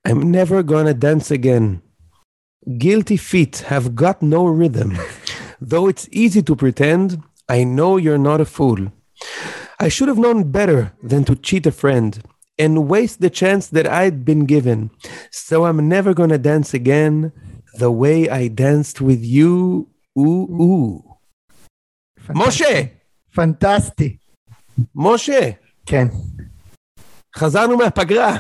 I'm never gonna dance again. Guilty feet have got no rhythm. Though it's easy to pretend, I know you're not a fool. I should have known better than to cheat a friend and waste the chance that I'd been given. So I'm never gonna dance again the way I danced with you. משה! פנטסטי. משה! כן. חזרנו מהפגרה.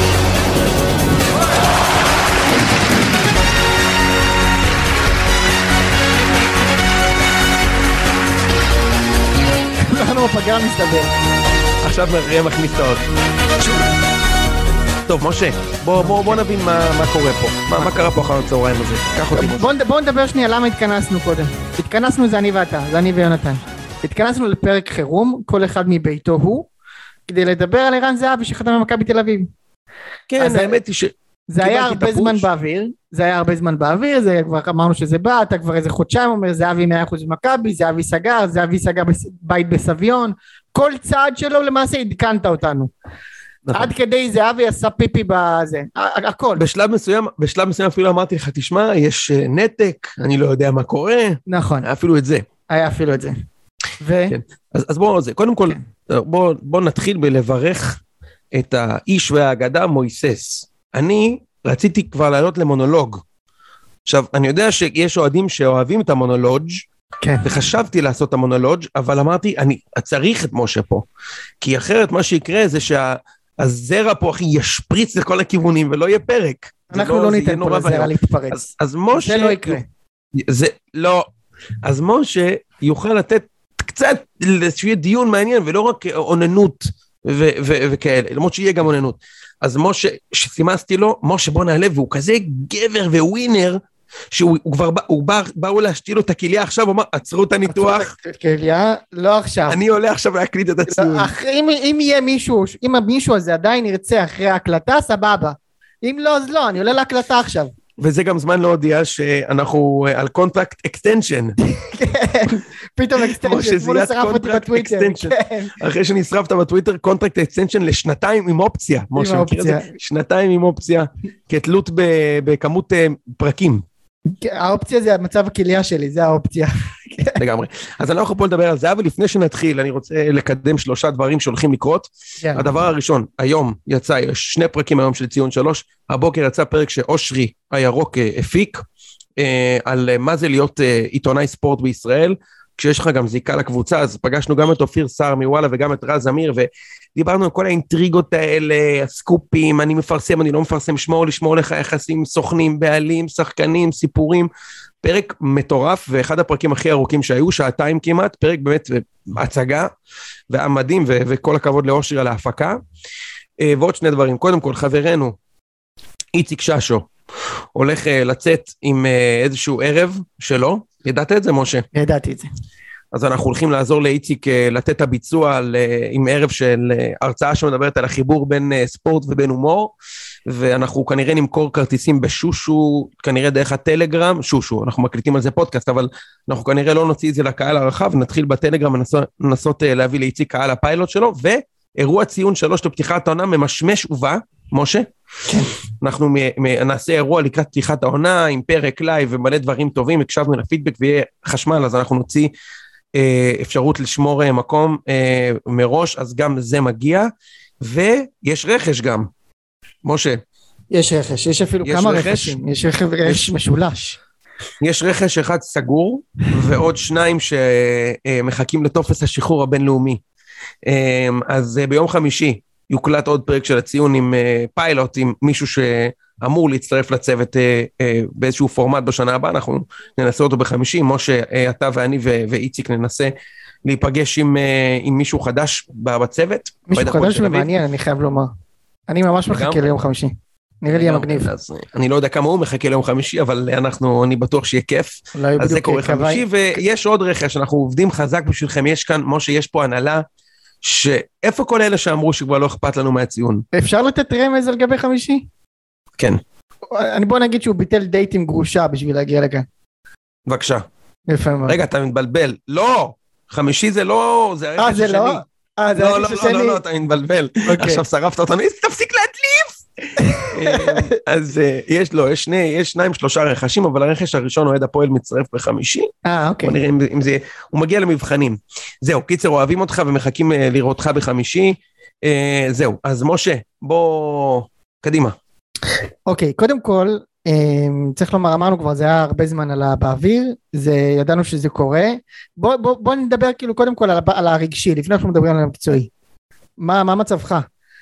אנחנו בפגרה מסתבר. עכשיו מראה מכניס את האור. טוב, משה, בוא נבין מה קורה פה. מה קרה פה אחר הצהריים הזה? קח אותי. בוא נדבר שנייה למה התכנסנו קודם. התכנסנו זה אני ואתה, זה אני ויונתן. התכנסנו לפרק חירום, כל אחד מביתו הוא, כדי לדבר על ערן זהבי שחתם במכבי תל אביב. כן, האמת היא ש... זה היה הרבה זמן באוויר, זה כבר אמרנו שזה בא, אתה כבר איזה חודשיים אומר, זהבי 100% במכבי, זהבי סגר בית בסביון, כל צעד שלו למעשה עדכנת אותנו. עד כדי זהבי עשה פיפי בזה, הכל. בשלב מסוים אפילו אמרתי לך, תשמע, יש נתק, אני לא יודע מה קורה. נכון. היה אפילו את זה. אז בואו, קודם כל, בואו נתחיל בלברך את האיש והאגדה מויסס. אני רציתי כבר לעלות למונולוג. עכשיו, אני יודע שיש אוהדים שאוהבים את המונולוג, כן. וחשבתי לעשות את המונולוג, אבל אמרתי, אני צריך את משה פה, כי אחרת מה שיקרה זה שהזרע פה הכי ישפריץ לכל הכיוונים, ולא יהיה פרק. אנחנו לא ניתן פה לזרע להתפרץ. אז משה... זה לא יקרה. אז משה יוכל לתת קצת שיהיה דיון מעניין, ולא רק עוננות וכאלה, למרות שיהיה גם עוננות. אז משה, שסימסתי לו, משה בוא נעלה, והוא כזה גבר וווינר, שהוא כבר באו להשתיל לו את הכליה עכשיו, הוא אמר, עצרו את הניתוח. כליה, לא עכשיו. אני עולה עכשיו להקליט את הציון. אם יהיה מישהו, אם המישהו הזה עדיין ירצה אחרי ההקלטה, סבבה. אם לא, אז לא, אני עולה להקלטה עכשיו. וזה גם זמן להודיע שאנחנו על קונטרקט אקסטנשן. כן, פתאום אקסטנשן, כמו נשרף אותי בטוויטר. אחרי שנשרפת בטוויטר, קונטרקט אקסטנשן לשנתיים עם אופציה. שנתיים עם אופציה, כתלות בכמות פרקים. האופציה זה המצב הכליה שלי, זה האופציה. לגמרי. אז אנחנו פה לדבר על זה, אבל לפני שנתחיל, אני רוצה לקדם 3 דברים שהולכים לקרות. הדבר הראשון, היום יצא, יש 2 פרקים היום של ציון 3, הבוקר יצא פרק שאושרי הירוק הפיק, על מה זה להיות עיתונאי ספורט בישראל, כשיש לך גם זיקה לקבוצה, אז פגשנו גם את אופיר סער מוואלה וגם את רז אמיר, ודיברנו על כל האינטריגות האלה, הסקופים, אני מפרסם, אני לא מפרסם, לשמור לך יחסים, סוכנים, בעלים, שחקנים, סיפורים, פרק מטורף, ואחד הפרקים הכי ארוכים שהיו, 2 כמעט, פרק באמת הצגה, והמדהים, וכל הכבוד לאושרי על ההפקה, ועוד 2 דברים, קודם כל חברנו, איציק ששו, הולך לצאת עם איזשהו ערב שלו, ידעת את זה משה? ידעתי את זה. אז אנחנו הולכים לעזור לאיציק לתת את הביצוע עם ערב של הרצאה שמדברת על החיבור בין ספורט ובין הומור, ואנחנו כנראה נמכור כרטיסים בשושו, כנראה דרך הטלגרם, שושו, אנחנו מקליטים על זה פודקאסט, אבל אנחנו כנראה לא נוציא את זה לקהל הרחב, נתחיל בטלגרם ונסות להביא לאיציק קהל הפיילוט שלו, ואירוע ציון 3 לפתיחת העונה ממשמש ובא, משה? כן. אנחנו נעשה אירוע לקראת פתיחת העונה, עם פרק לייב ומלא דברים טובים, הקשבנו לפידבק ויהיה חשמל, אז אנחנו נוציא אפשרות לשמור מקום מראש, אז גם זה מגיע, ויש רכש גם, משה. יש רכש, יש אפילו כמה רכשים, יש רכש משולש. יש רכש אחד סגור, ועוד 2 שמחכים לטופס השחרור הבינלאומי. אז ביום חמישי יוקלט עוד פרק של הציון עם פיילוט, עם מישהו שאמור להצטרף לצוות באיזשהו פורמט בשנה הבאה, אנחנו ננסה אותו ב50, משה, אתה ואני ואיציק ננסה להיפגש עם מישהו חדש בצוות. מישהו חדש ומעניין, אני חייב לומר. אני ממש מחכה ליום חמישי. נראה לי המגניב. אני לא יודע כמה הוא מחכה ליום חמישי, אבל אני בטוח שיהיה כיף. אז זה קורה חמישי, ויש עוד רכש, אנחנו עובדים חזק בשבילכם, יש כאן, משה, יש פה הנהלה, שאיפה כל אלה שאמרו שכבר לא אכפת לנו מהציון? אפשר לתת רמז על גבי חמישי? כן. בוא נגיד שהוא ביטל דייט עם גרושה בשביל להגיע לכאן. בבקשה. רגע, אתה מתבלבל. לא! חמישי זה לא... זה לא? לא, אתה מתבלבל. עכשיו שרפת אותנו, תפסיק להדליף! אז יש שניים, שלושה רכשים, אבל הרכש הראשון אוהד הפועל מצטרף בחמישי. אוקיי. בוא נראה אם זה, הוא מגיע למבחנים. זהו, קיצר, אוהבים אותך ומחכים לראותך בחמישי. זהו, אז משה, בוא, קדימה. אוקיי, קודם כל, צריך לומר, אמרנו כבר, זה היה הרבה זמן באוויר, ידענו שזה קורה. בוא נדבר כאילו קודם כל על הרגשי, לפני אנחנו מדברים על המקצועי. מה מצבך?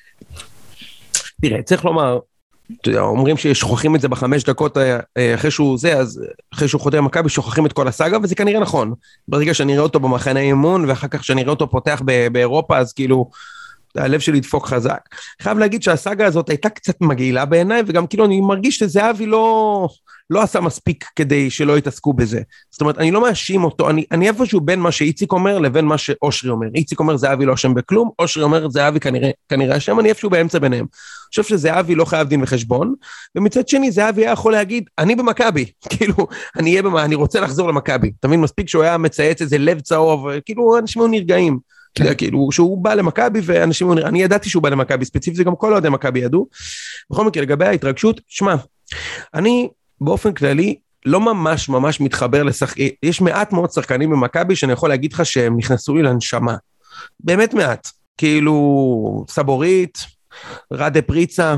תראה, צריך לומר, אומרים ששוכחים את זה בחמש דקות אחרי שהוא זה, אז אחרי שהוא חודר מכבי שוכחים את כל הסאגה, וזה כנראה נכון. ברגע שאני אראה אותו במחנה אימון, ואחר כך שאני אראה אותו פותח באירופה, אז כאילו, הלב שלי ידפוק חזק. חייב להגיד שהסאגה הזאת הייתה קצת מגעילה בעיניי, וגם כאילו אני מרגיש שזהבי לא עשה מספיק כדי שלא יתעסקו בזה. זאת אומרת, אני לא מאשים אותו, אני איפשהו בין מה שאיציק אומר לבין מה שאושרי אומר. איציק אומר זהבי לא אשם בכלום, אושרי אומר זהבי כנראה אשם, אני איפשהו באמצע ביניהם. אני חושב שזהבי לא חייב דין וחשבון, ומצד שני זהבי היה יכול להגיד, אני במכבי, כאילו, אני רוצה לחזור למכבי. תמיד מספיק שהוא היה מצייץ איזה לב צהוב, כאילו אנשים היו נרגעים. כאילו שהוא בא למכבי ואנשים, אני ידעתי שהוא בא למכבי, ספציפית זה גם כל אוהדי מכבי ידעו. בכל מקרה לגבי ההתרגשות, שמע, אני באופן כללי לא ממש מתחבר יש מעט מאוד שחקנים במכבי שאני יכול להגיד לך שהם נכנסו לי לנשמה, באמת מעט, כאילו סבורית, רדה פריצה,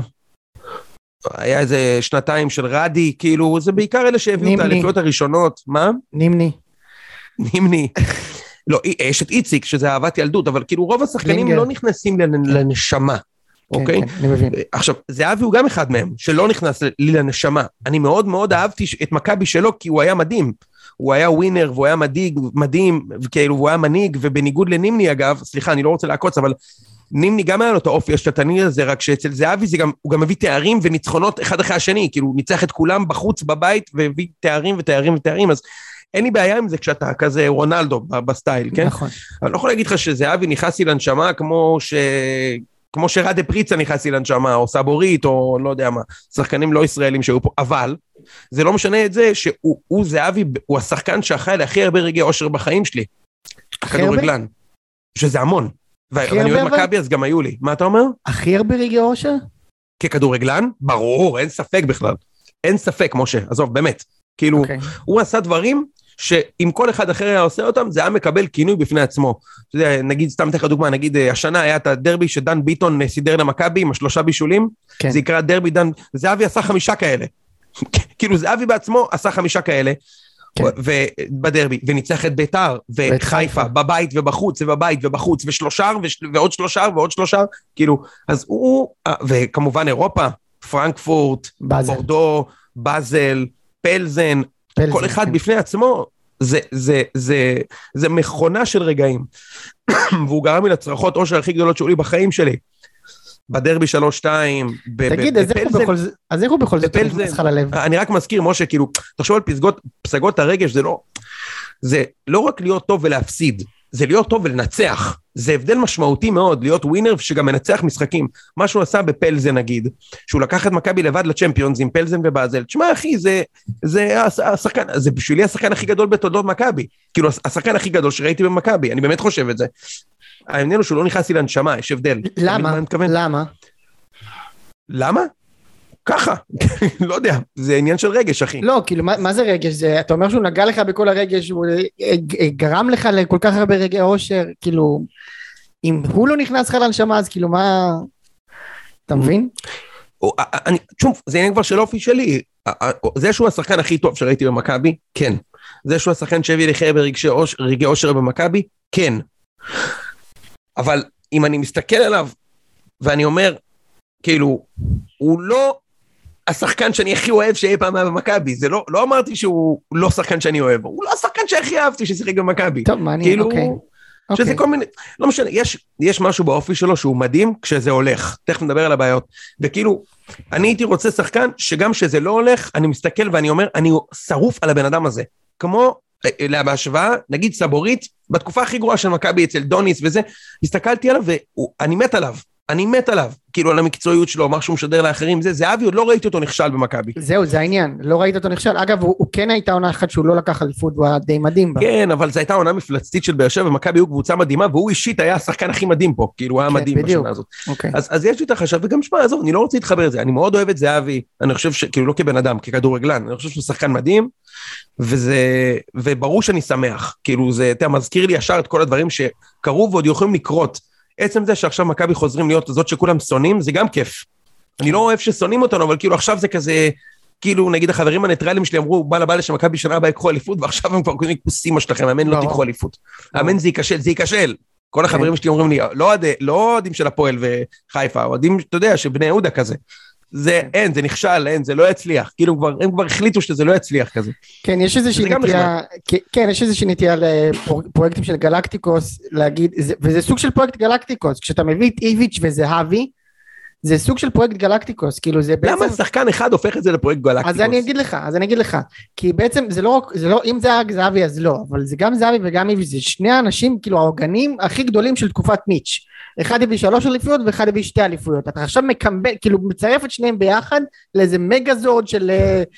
היה איזה שנתיים של רדי, כאילו זה בעיקר אלה שהביאו את האליפויות הראשונות, מה? נימני. לא, יש את איציק, שזה אהבת ילדות, אבל כאילו רוב השחקנים לא נכנסים לנשמה, אוקיי? כן, אני מבין. עכשיו, זהבי הוא גם אחד מהם, שלא נכנס לי לנשמה. אני מאוד מאוד אהבתי את מכבי שלו, כי הוא היה מדהים. הוא היה ווינר, והוא היה מדהים, וכאילו הוא היה מנהיג, ובניגוד לנימני אגב, סליחה, אני לא רוצה לעקוץ, אבל נימני גם היה לו את האופי השתתני הזה, רק שאצל זהבי הוא גם מביא תארים וניצחונות אחד אחרי השני, כאילו ניצח את כולם בחוץ בבית, והביא תארים, אז אין לי עם זה כשאתה כזה רונלדו בסטייל, כן? נכון. אבל לא יכול להגיד לך שזהבי נכנסי לנשמה כמו שרדה פריצה נכנסי לנשמה, או סבורית, או לא יודע מה, שחקנים לא ישראלים שהיו פה, אבל זה לא משנה את זה שהוא זהבי, הוא השחקן שאחראי להכי הרבה רגעי אושר בחיים שלי. הכדורגלן. שזה המון. ואני אוהב מכבי, אז גם היו לי. מה אתה אומר? הכי הרבה רגעי אושר? ככדורגלן? ברור, אין ספק בכלל. אין ספק, משה, עזוב, באמת. כאילו, הוא עשה דברים שאם כל אחד אחר היה עושה אותם, זה היה מקבל כינוי בפני עצמו. נגיד, סתם תלך לדוגמה, נגיד, השנה היה את הדרבי שדן ביטון סידר למכבי עם 3 בישולים, זה יקרא דרבי דן, זהבי עשה 5 כאלה. כאילו, זהבי בעצמו עשה 5 כאלה, בדרבי, וניצח את ביתר, וחיפה, בבית ובחוץ, ובבית ובחוץ, ועוד 3, ועוד 3, כאילו, אז הוא, וכמובן אירופה, פרנקפורט, בורדו, באזל, פלזן, כל אחד בפני עצמו, זה מכונה של רגעים, והוא גרם לי לצרחות אושר הכי גדולות שהיו לי בחיים שלי, בדרבי 3-2, תגיד, אז איך הוא בכל זאת נכנס לך ללב? אני רק מזכיר, משה, כאילו, תחשוב על פסגות הרגש, זה לא רק להיות טוב ולהפסיד, זה להיות טוב ולנצח, זה הבדל משמעותי מאוד, להיות ווינר שגם מנצח משחקים, מה שהוא עשה בפלזן נגיד, שהוא לקח את מכבי לבד לצ'מפיונס עם פלזן ובאזל, תשמע אחי, זה השחקן, זה בשבילי השחקן הכי גדול בתולדות מכבי, כאילו השחקן הכי גדול שראיתי במכבי, אני באמת חושב את זה, העניין הוא שהוא לא נכנס לי לנשמה, יש הבדל. למה? ככה, לא יודע, זה עניין של רגש, אחי. לא, כאילו, מה זה רגש? אתה אומר שהוא נגע לך בכל הרגש, הוא גרם לך לכל כך הרבה רגעי אושר, כאילו, אם הוא לא נכנס לך לנשמה, אז כאילו, מה... אתה מבין? שוב, זה עניין כבר של אופי שלי, זה שהוא השחקן הכי טוב שראיתי במכבי, כן. זה שהוא השחקן שהביא לכי רגעי אושר במכבי, כן. אבל אם אני מסתכל עליו, ואני אומר, כאילו, הוא לא השחקן שאני הכי אוהב שיהיה פעם במכבי, זה לא אמרתי שהוא לא שחקן שאני אוהב, הוא לא השחקן שהכי אהבתי ששיחק במכבי. טוב, מעניין, אוקיי. שזה כל מיני, לא משנה, יש משהו באופי שלו שהוא מדהים כשזה הולך, תכף נדבר על הבעיות, וכאילו, אני הייתי רוצה שחקן שגם שזה לא הולך, אני מסתכל ואני אומר, אני שרוף על הבן אדם הזה, כמו, בהשוואה, נגיד סבורית, בתקופה הכי גרועה של מכבי אצל דוניס וזה, הסתכלתי עליו ואני מת עליו, אני מת עליו, כאילו על המקצועיות שלו, מה שהוא משדר לאחרים, זהבי עוד לא ראיתי אותו נכשל במכבי. זהו, זה העניין, לא ראית אותו נכשל, אגב, הוא כן הייתה עונה אחת שהוא לא לקח אליפות, והוא היה די מדהים בה. כן, אבל זו הייתה עונה מפלצתית של באר שבע, ומכבי הוא קבוצה מדהימה, והוא אישית היה השחקן הכי מדהים פה, כאילו הוא היה מדהים בשנה הזאת. אז יש לי את החשב, וגם שמע, עזוב, אני לא רוצה להתחבר את זה, אני מאוד אוהב את זהבי, אני חושב כאילו לא כבן אדם, ככדורגלן, אני חושב שהוא שחקן מדהים, וברור שאני שמח, כאילו זה מזכיר לי ישר את כל הדברים שקרו ועוד יכולים לקרות. עצם זה שעכשיו מכבי חוזרים להיות זאת שכולם שונאים, זה גם כיף. אני לא אוהב ששונאים אותנו, אבל כאילו עכשיו זה כזה, כאילו נגיד החברים הניטרלים שלי אמרו, בא שמכבי שנה הבאה יקחו אליפות, ועכשיו הם כבר קוראים כוסימה שלכם, האמן לא תיקחו אליפות. האמן זה ייכשל. כל החברים שלי אומרים לי, לא אוהדים של הפועל וחיפה, אוהדים, אתה יודע, שבני יהודה כזה. זה אין, זה נכשל, אין, זה לא יצליח. כאילו הם כבר החליטו שזה לא יצליח כזה. כן, יש איזושהי נטייה לפרויקטים של גלקטיקוס, להגיד, וזה סוג של פרויקט גלקטיקוס, כשאתה מביא את איביץ' וזהבי, זה סוג של פרויקט גלקטיקוס, כאילו זה בעצם... למה שחקן אחד הופך את זה לפרויקט גלקטיקוס? אז אני אגיד לך, כי בעצם זה לא, אם זה רק זהבי אז לא, אבל זה גם זהבי וגם איביץ', זה שני האנשים, כאילו העוגנים הכי גדולים של תקופת מיץ'. אחד הביא 3 אליפויות ואחד הביא 2 אליפויות. אתה עכשיו מקמבל, כאילו מצרף את שניהם ביחד לאיזה מגזורד של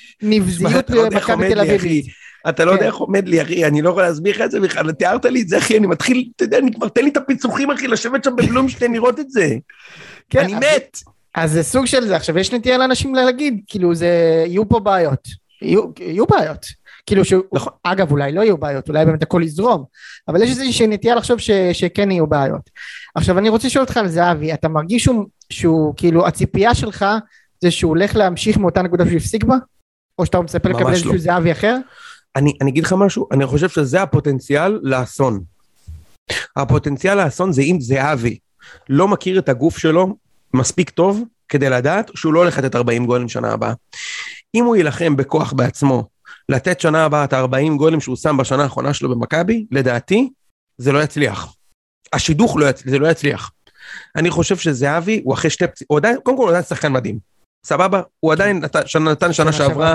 נבזיות במכבי תל אביב. אתה לא יודע איך עומד לי, אחי, אני לא יכול להסביר לך את זה בכלל, תיארת לי את זה, אחי, אני מתחיל, אתה יודע, אני כבר תן לי את הפיצוחים, אחי, לשבת שם בבלומשטיין לראות את זה. אני מת. אז זה סוג של זה, עכשיו יש נטייה לאנשים להגיד, כאילו זה, יהיו פה בעיות, יהיו בעיות, כאילו אגב אולי לא יהיו בעיות, אולי באמת הכל יזרום, אבל יש איזושהי נטייה לחשוב שכן יהיו בעיות. עכשיו אני רוצה לשאול אותך על זהבי, אתה מרגיש שהוא כאילו הציפייה שלך זה שהוא הולך להמשיך מאותה נקודה שהוא הפסיק בה? או שאתה מצפה לקבל איזשהו זהבי אחר? אני אגיד לך משהו, אני חושב שזה הפוטנציאל לאסון. הפוטנציאל לאסון זה אם זהבי לא מכיר את הגוף שלו מספיק טוב כדי לדעת שהוא לא הולך לתת 40 גולים שנה הבאה. אם הוא ילחם בכוח בעצמו לתת שנה הבאה את 40 גולים שהוא שם בשנה האחרונה שלו במכבי, לדעתי זה לא יצליח. השידוך זה לא יצליח. אני חושב שזהבי הוא אחרי 2 פציעות, קודם כל הוא עדיין שחקן מדהים. סבבה? הוא עדיין נתן שנה שעברה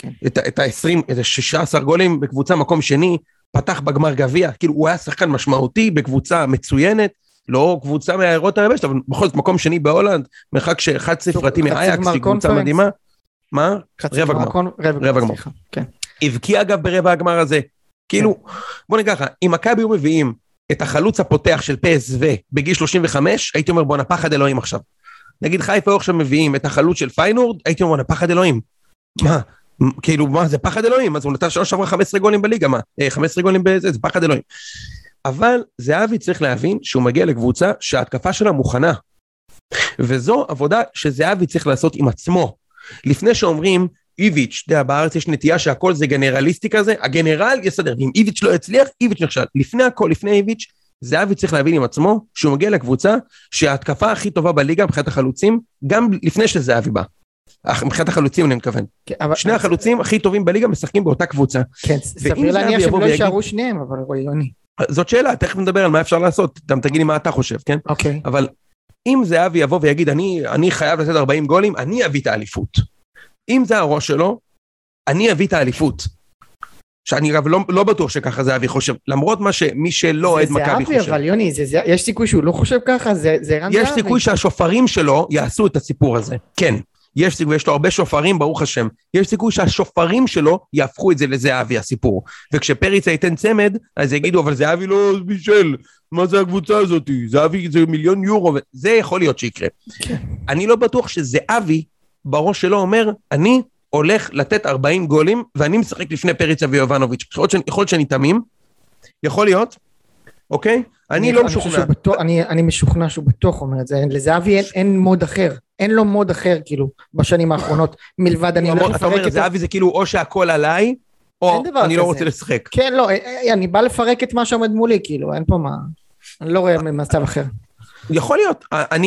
את ה-20, את ה-16 גולים בקבוצה מקום שני, פתח בגמר גביע, כאילו הוא היה שחקן משמעותי בקבוצה מצוינת, לא קבוצה מהעירות היבשת, אבל בכל זאת מקום שני בהולנד, מרחק שאחד ספרתי מאייקס, שהיא קבוצה מדהימה. מה? רבע גמר. הבקיע אגב ברבע הגמר הזה. כאילו, בוא נגיד ככה, אם מכבי היו מביאים את החלוץ הפותח של PSV בגיל 35, הייתי אומר בוא נפחד אלוהים עכשיו. נגיד חיפה עכשיו מביאים את החלוץ של פיינורד, הייתי אומר נפחד אלוהים. מה? כאילו מה זה פחד אלוהים? אז הוא נתן שנה שעברה 15 גולים בליגה, מה? 15 גולים בזה, זה פחד אלוהים. אבל זהבי צריך להבין שהוא מגיע לקבוצה שההתקפה שלה מוכנה. וזו עבודה שזהבי צריך לעשות עם עצמו. לפני שאומרים, איביץ', בארץ יש נטייה שהכל זה גנרליסטי כזה, הגנרל יסדר, אם איביץ' לא יצליח, איביץ' נכשל. לפני הכל, לפני איביץ', זהבי צריך להבין עם עצמו שהוא מגיע לקבוצה שההתקפה הכי טובה בליגה מבחינת החלוצים, גם לפני שזהבי בא. מבחינת החלוצים אני מתכוון. שני החלוצים הכי טובים בליגה משחקים באותה קבוצה. כן, סביר להניח שהם לא יישארו שניהם, אבל רואי יוני. זאת שאלה, תכף נדבר על מה אפשר לעשות, גם תגיד לי מה אתה חושב, כן? אוקיי. אבל אם זהבי יבוא ויגיד, אני חייב לתת 40 גולים, אני אביא את האליפות. אם זה הראש שלו, אני אביא את האליפות. שאני לא בטוח שככה זהבי חושב, למרות מי שלא אוהד מכבי חושב. זה זהבי, אבל יוני, יש סיכוי שהוא לא חושב ככה, זה רן זהבי. יש סיכוי שהשופרים שלו יעשו את הסיפור הזה, כן. יש סיכוי, יש לו הרבה שופרים, ברוך השם. יש סיכוי שהשופרים שלו יהפכו את זה לזהבי, הסיפור. וכשפריצה ייתן צמד, אז יגידו, אבל זהבי לא בישל, מה זה הקבוצה הזאת? זהבי זה 1,000,000 יורו, זה יכול להיות שיקרה. אני לא בטוח שזהבי, בראש שלו אומר, אני הולך לתת 40 גולים, ואני משחק לפני פריצה ויובנוביץ'. יכול להיות שאני תמים, יכול להיות, אוקיי? אני לא משוכנע. אני משוכנע שהוא בטוח אומר את זה, לזהבי אין מוד אחר, אין לו מוד אחר כאילו, בשנים האחרונות, מלבד אני הולך לפרק את זה. אתה אומר, זהבי זה כאילו, או שהכל עליי, או אני לא רוצה לשחק. כן, לא, אני בא לפרק את מה שעומד מולי, כאילו, אין פה מה, אני לא רואה מצב אחר. יכול להיות,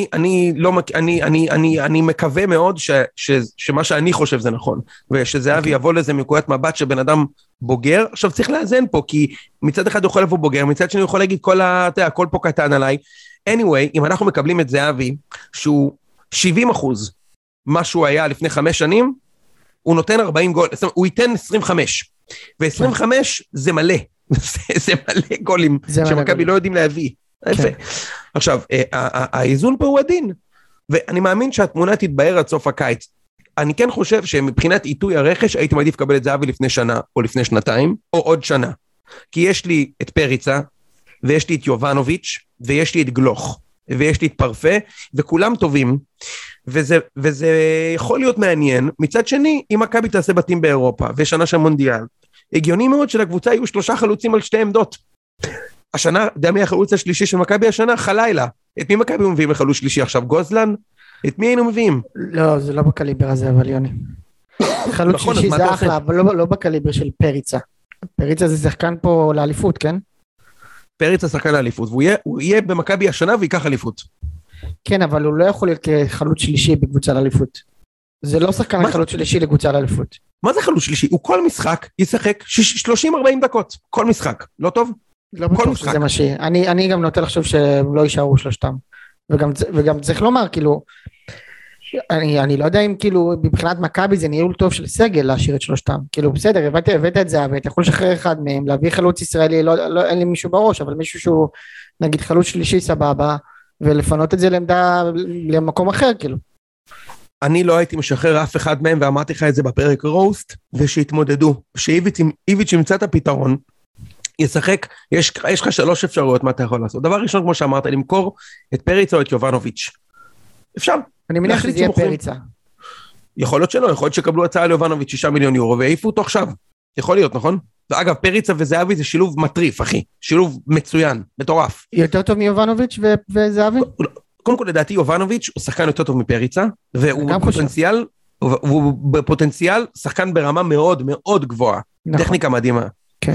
אני מקווה מאוד שמה שאני חושב זה נכון, ושזהבי יבוא לזה מנקודת מבט שבן אדם בוגר. עכשיו צריך לאזן פה, כי מצד אחד הוא יכול לבוא בוגר, מצד שני הוא יכול להגיד הכל פה קטן עליי. anyway, אם אנחנו מקבלים את זהבי, שהוא 70% מה שהוא היה לפני 5 שנים, הוא נותן 40 גול, הוא ייתן 25, ו-25 זה מלא, זה מלא גולים שמכבי לא יודעים להביא. יפה. עכשיו, האיזון פה הוא עדין, ואני מאמין שהתמונה תתבהר עד סוף הקיץ. אני כן חושב שמבחינת עיתוי הרכש, הייתי מעדיף לקבל את זהבי לפני שנה, או לפני שנתיים, או עוד שנה. כי יש לי את פריצה, ויש לי את יובנוביץ', ויש לי את גלוך, ויש לי את פרפה, וכולם טובים, וזה יכול להיות מעניין. מצד שני, אם מכבי תעשה בתים באירופה, ושנה של מונדיאל, הגיוני מאוד שלקבוצה יהיו 3 חלוצים על 2 עמדות. השנה, דמי החלוץ השלישי של מכבי השנה, חלילה. את מי מכבי מביאים לחלוץ שלישי עכשיו? גוזלן? את מי היינו מביאים? לא, זה לא בקליבר הזה, אבל יוני. חלוץ שלישי זה אחלה, אבל לא בקליבר של פריצה. פריצה זה שחקן פה לאליפות, כן? פריצה שחקן לאליפות, והוא יהיה במכבי השנה ויקח אליפות. כן, אבל הוא לא יכול להיות כחלוץ שלישי בקבוצה לאליפות. זה לא שחקן חלוץ שלישי לקבוצה לאליפות. מה זה חלוץ שלישי? הוא כל משחק ישחק 30-40 דקות. כל משחק. לא טוב? לא בטוח שזה משהו. אני גם נוטה לחשוב שהם לא יישארו שלושתם. וגם צריך לומר, כאילו, אני לא יודע אם כאילו מבחינת מכבי זה ניהול טוב של סגל להשאיר את שלושתם, כאילו בסדר, הבאת את זה, ואתה יכול לשחרר אחד מהם, להביא חלוץ ישראלי, לא, אין לי מישהו בראש, אבל מישהו שהוא נגיד חלוץ שלישי סבבה, ולפנות את זה למקום אחר כאילו. אני לא הייתי משחרר אף אחד מהם, ואמרתי לך את זה בפרק רוסט, ושהתמודדו, שאיביץ' ימצא את הפתרון, ישחק, יש לך 3 אפשרויות מה אתה יכול לעשות. דבר ראשון, כמו שאמרת, למכור את פריצה או את יובנוביץ'. אפשר. אני מניח שזה יהיה פריצה. יכול להיות שלא, יכול להיות שקבלו הצעה ליובנוביץ' 6 מיליון יורו, והעיפו אותו עכשיו. יכול להיות, נכון? ואגב, פריצה וזהבי זה שילוב מטריף, אחי. שילוב מצוין, מטורף. יותר טוב מיובנוביץ' וזהבי? קודם כל, לדעתי, יובנוביץ' הוא שחקן יותר טוב מפריצה, והוא בפוטנציאל שחקן ברמה מאוד מאוד גבוהה. טכניקה מדהימה. כן.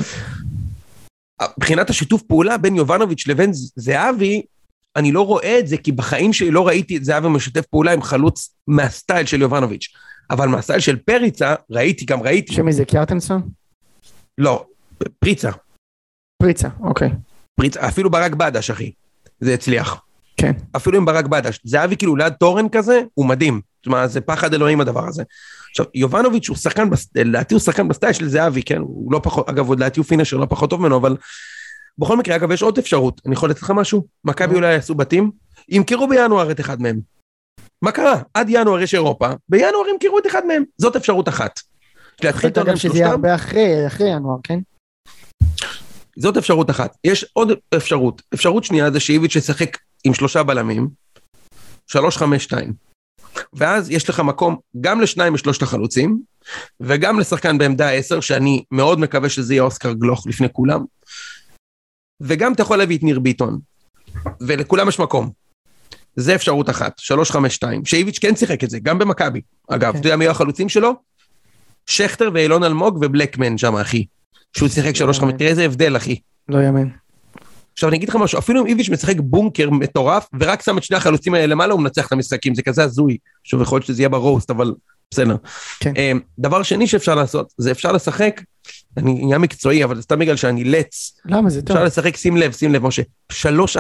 מבחינת השיתוף פעולה בין יובנוביץ' לבין זהבי, אני לא רואה את זה, כי בחיים שלי לא ראיתי את זהבי משתף פעולה עם חלוץ מהסטייל של יובנוביץ', אבל מהסטייל של פריצה, ראיתי. שמי זה, קיארטנסון? לא, פריצה, אוקיי. פריצה, אפילו ברק בדש, אחי, זה הצליח. כן. אפילו עם ברק בדש, זהבי כאילו ליד טורן כזה, הוא מדהים, זאת אומרת, זה פחד אלוהים הדבר הזה. עכשיו, יובנוביץ' הוא שחקן, לדעתי הוא שחקן בסטייל של זהבי, כן, הוא לא פחות, אגב, לדעתי הוא פינשר, לא פחות טוב ממנו, אבל בכל מקרה, אגב, יש עוד אפשרות, אני יכול לתת לך משהו? מכבי אולי יעשו בתים, ימכרו בינואר את אחד מהם. מה קרה? עד ינואר יש אירופה, בינואר ימכרו את אחד מהם, זאת אפשרות אחת. להתחיל את העולם שלושתם. שזה יהיה הרבה אחרי ינואר, כן? זאת אפשרות אחת. יש עוד אפשרות. אפשרות שנייה זה שאיביץ' ישחק עם 3 בלמים, 3-5-2. ואז יש לך מקום גם לשניים משלושת החלוצים, וגם לשחקן בעמדה 10, שאני מאוד מקווה שזה יהיה אוסקר גלוך לפני כולם, וגם אתה יכול להביא את ניר ביטון, ולכולם יש מקום. זה אפשרות אחת, 3-5-2, שאיביץ' כן שיחק את זה, גם במכבי. אגב, אתה יודע מי החלוצים שלו? שכטר ואילון אלמוג ובלקמן שם, אחי. שהוא שיחק 3-5, תראה איזה הבדל, אחי. לא יאמן. עכשיו אני אגיד לך משהו, אפילו אם איביץ' משחק בונקר מטורף, ורק שם את שני החלוצים האלה למעלה, הוא מנצח את המשחקים, זה כזה הזוי, שוב יכול להיות שזה יהיה ברוסט, אבל בסדר. כן. דבר שני שאפשר לעשות, זה אפשר לשחק, אני נהיה מקצועי, אבל זה סתם בגלל שאני לץ. למה זה טוב? אפשר לשחק, שים לב, משה, 3-4-3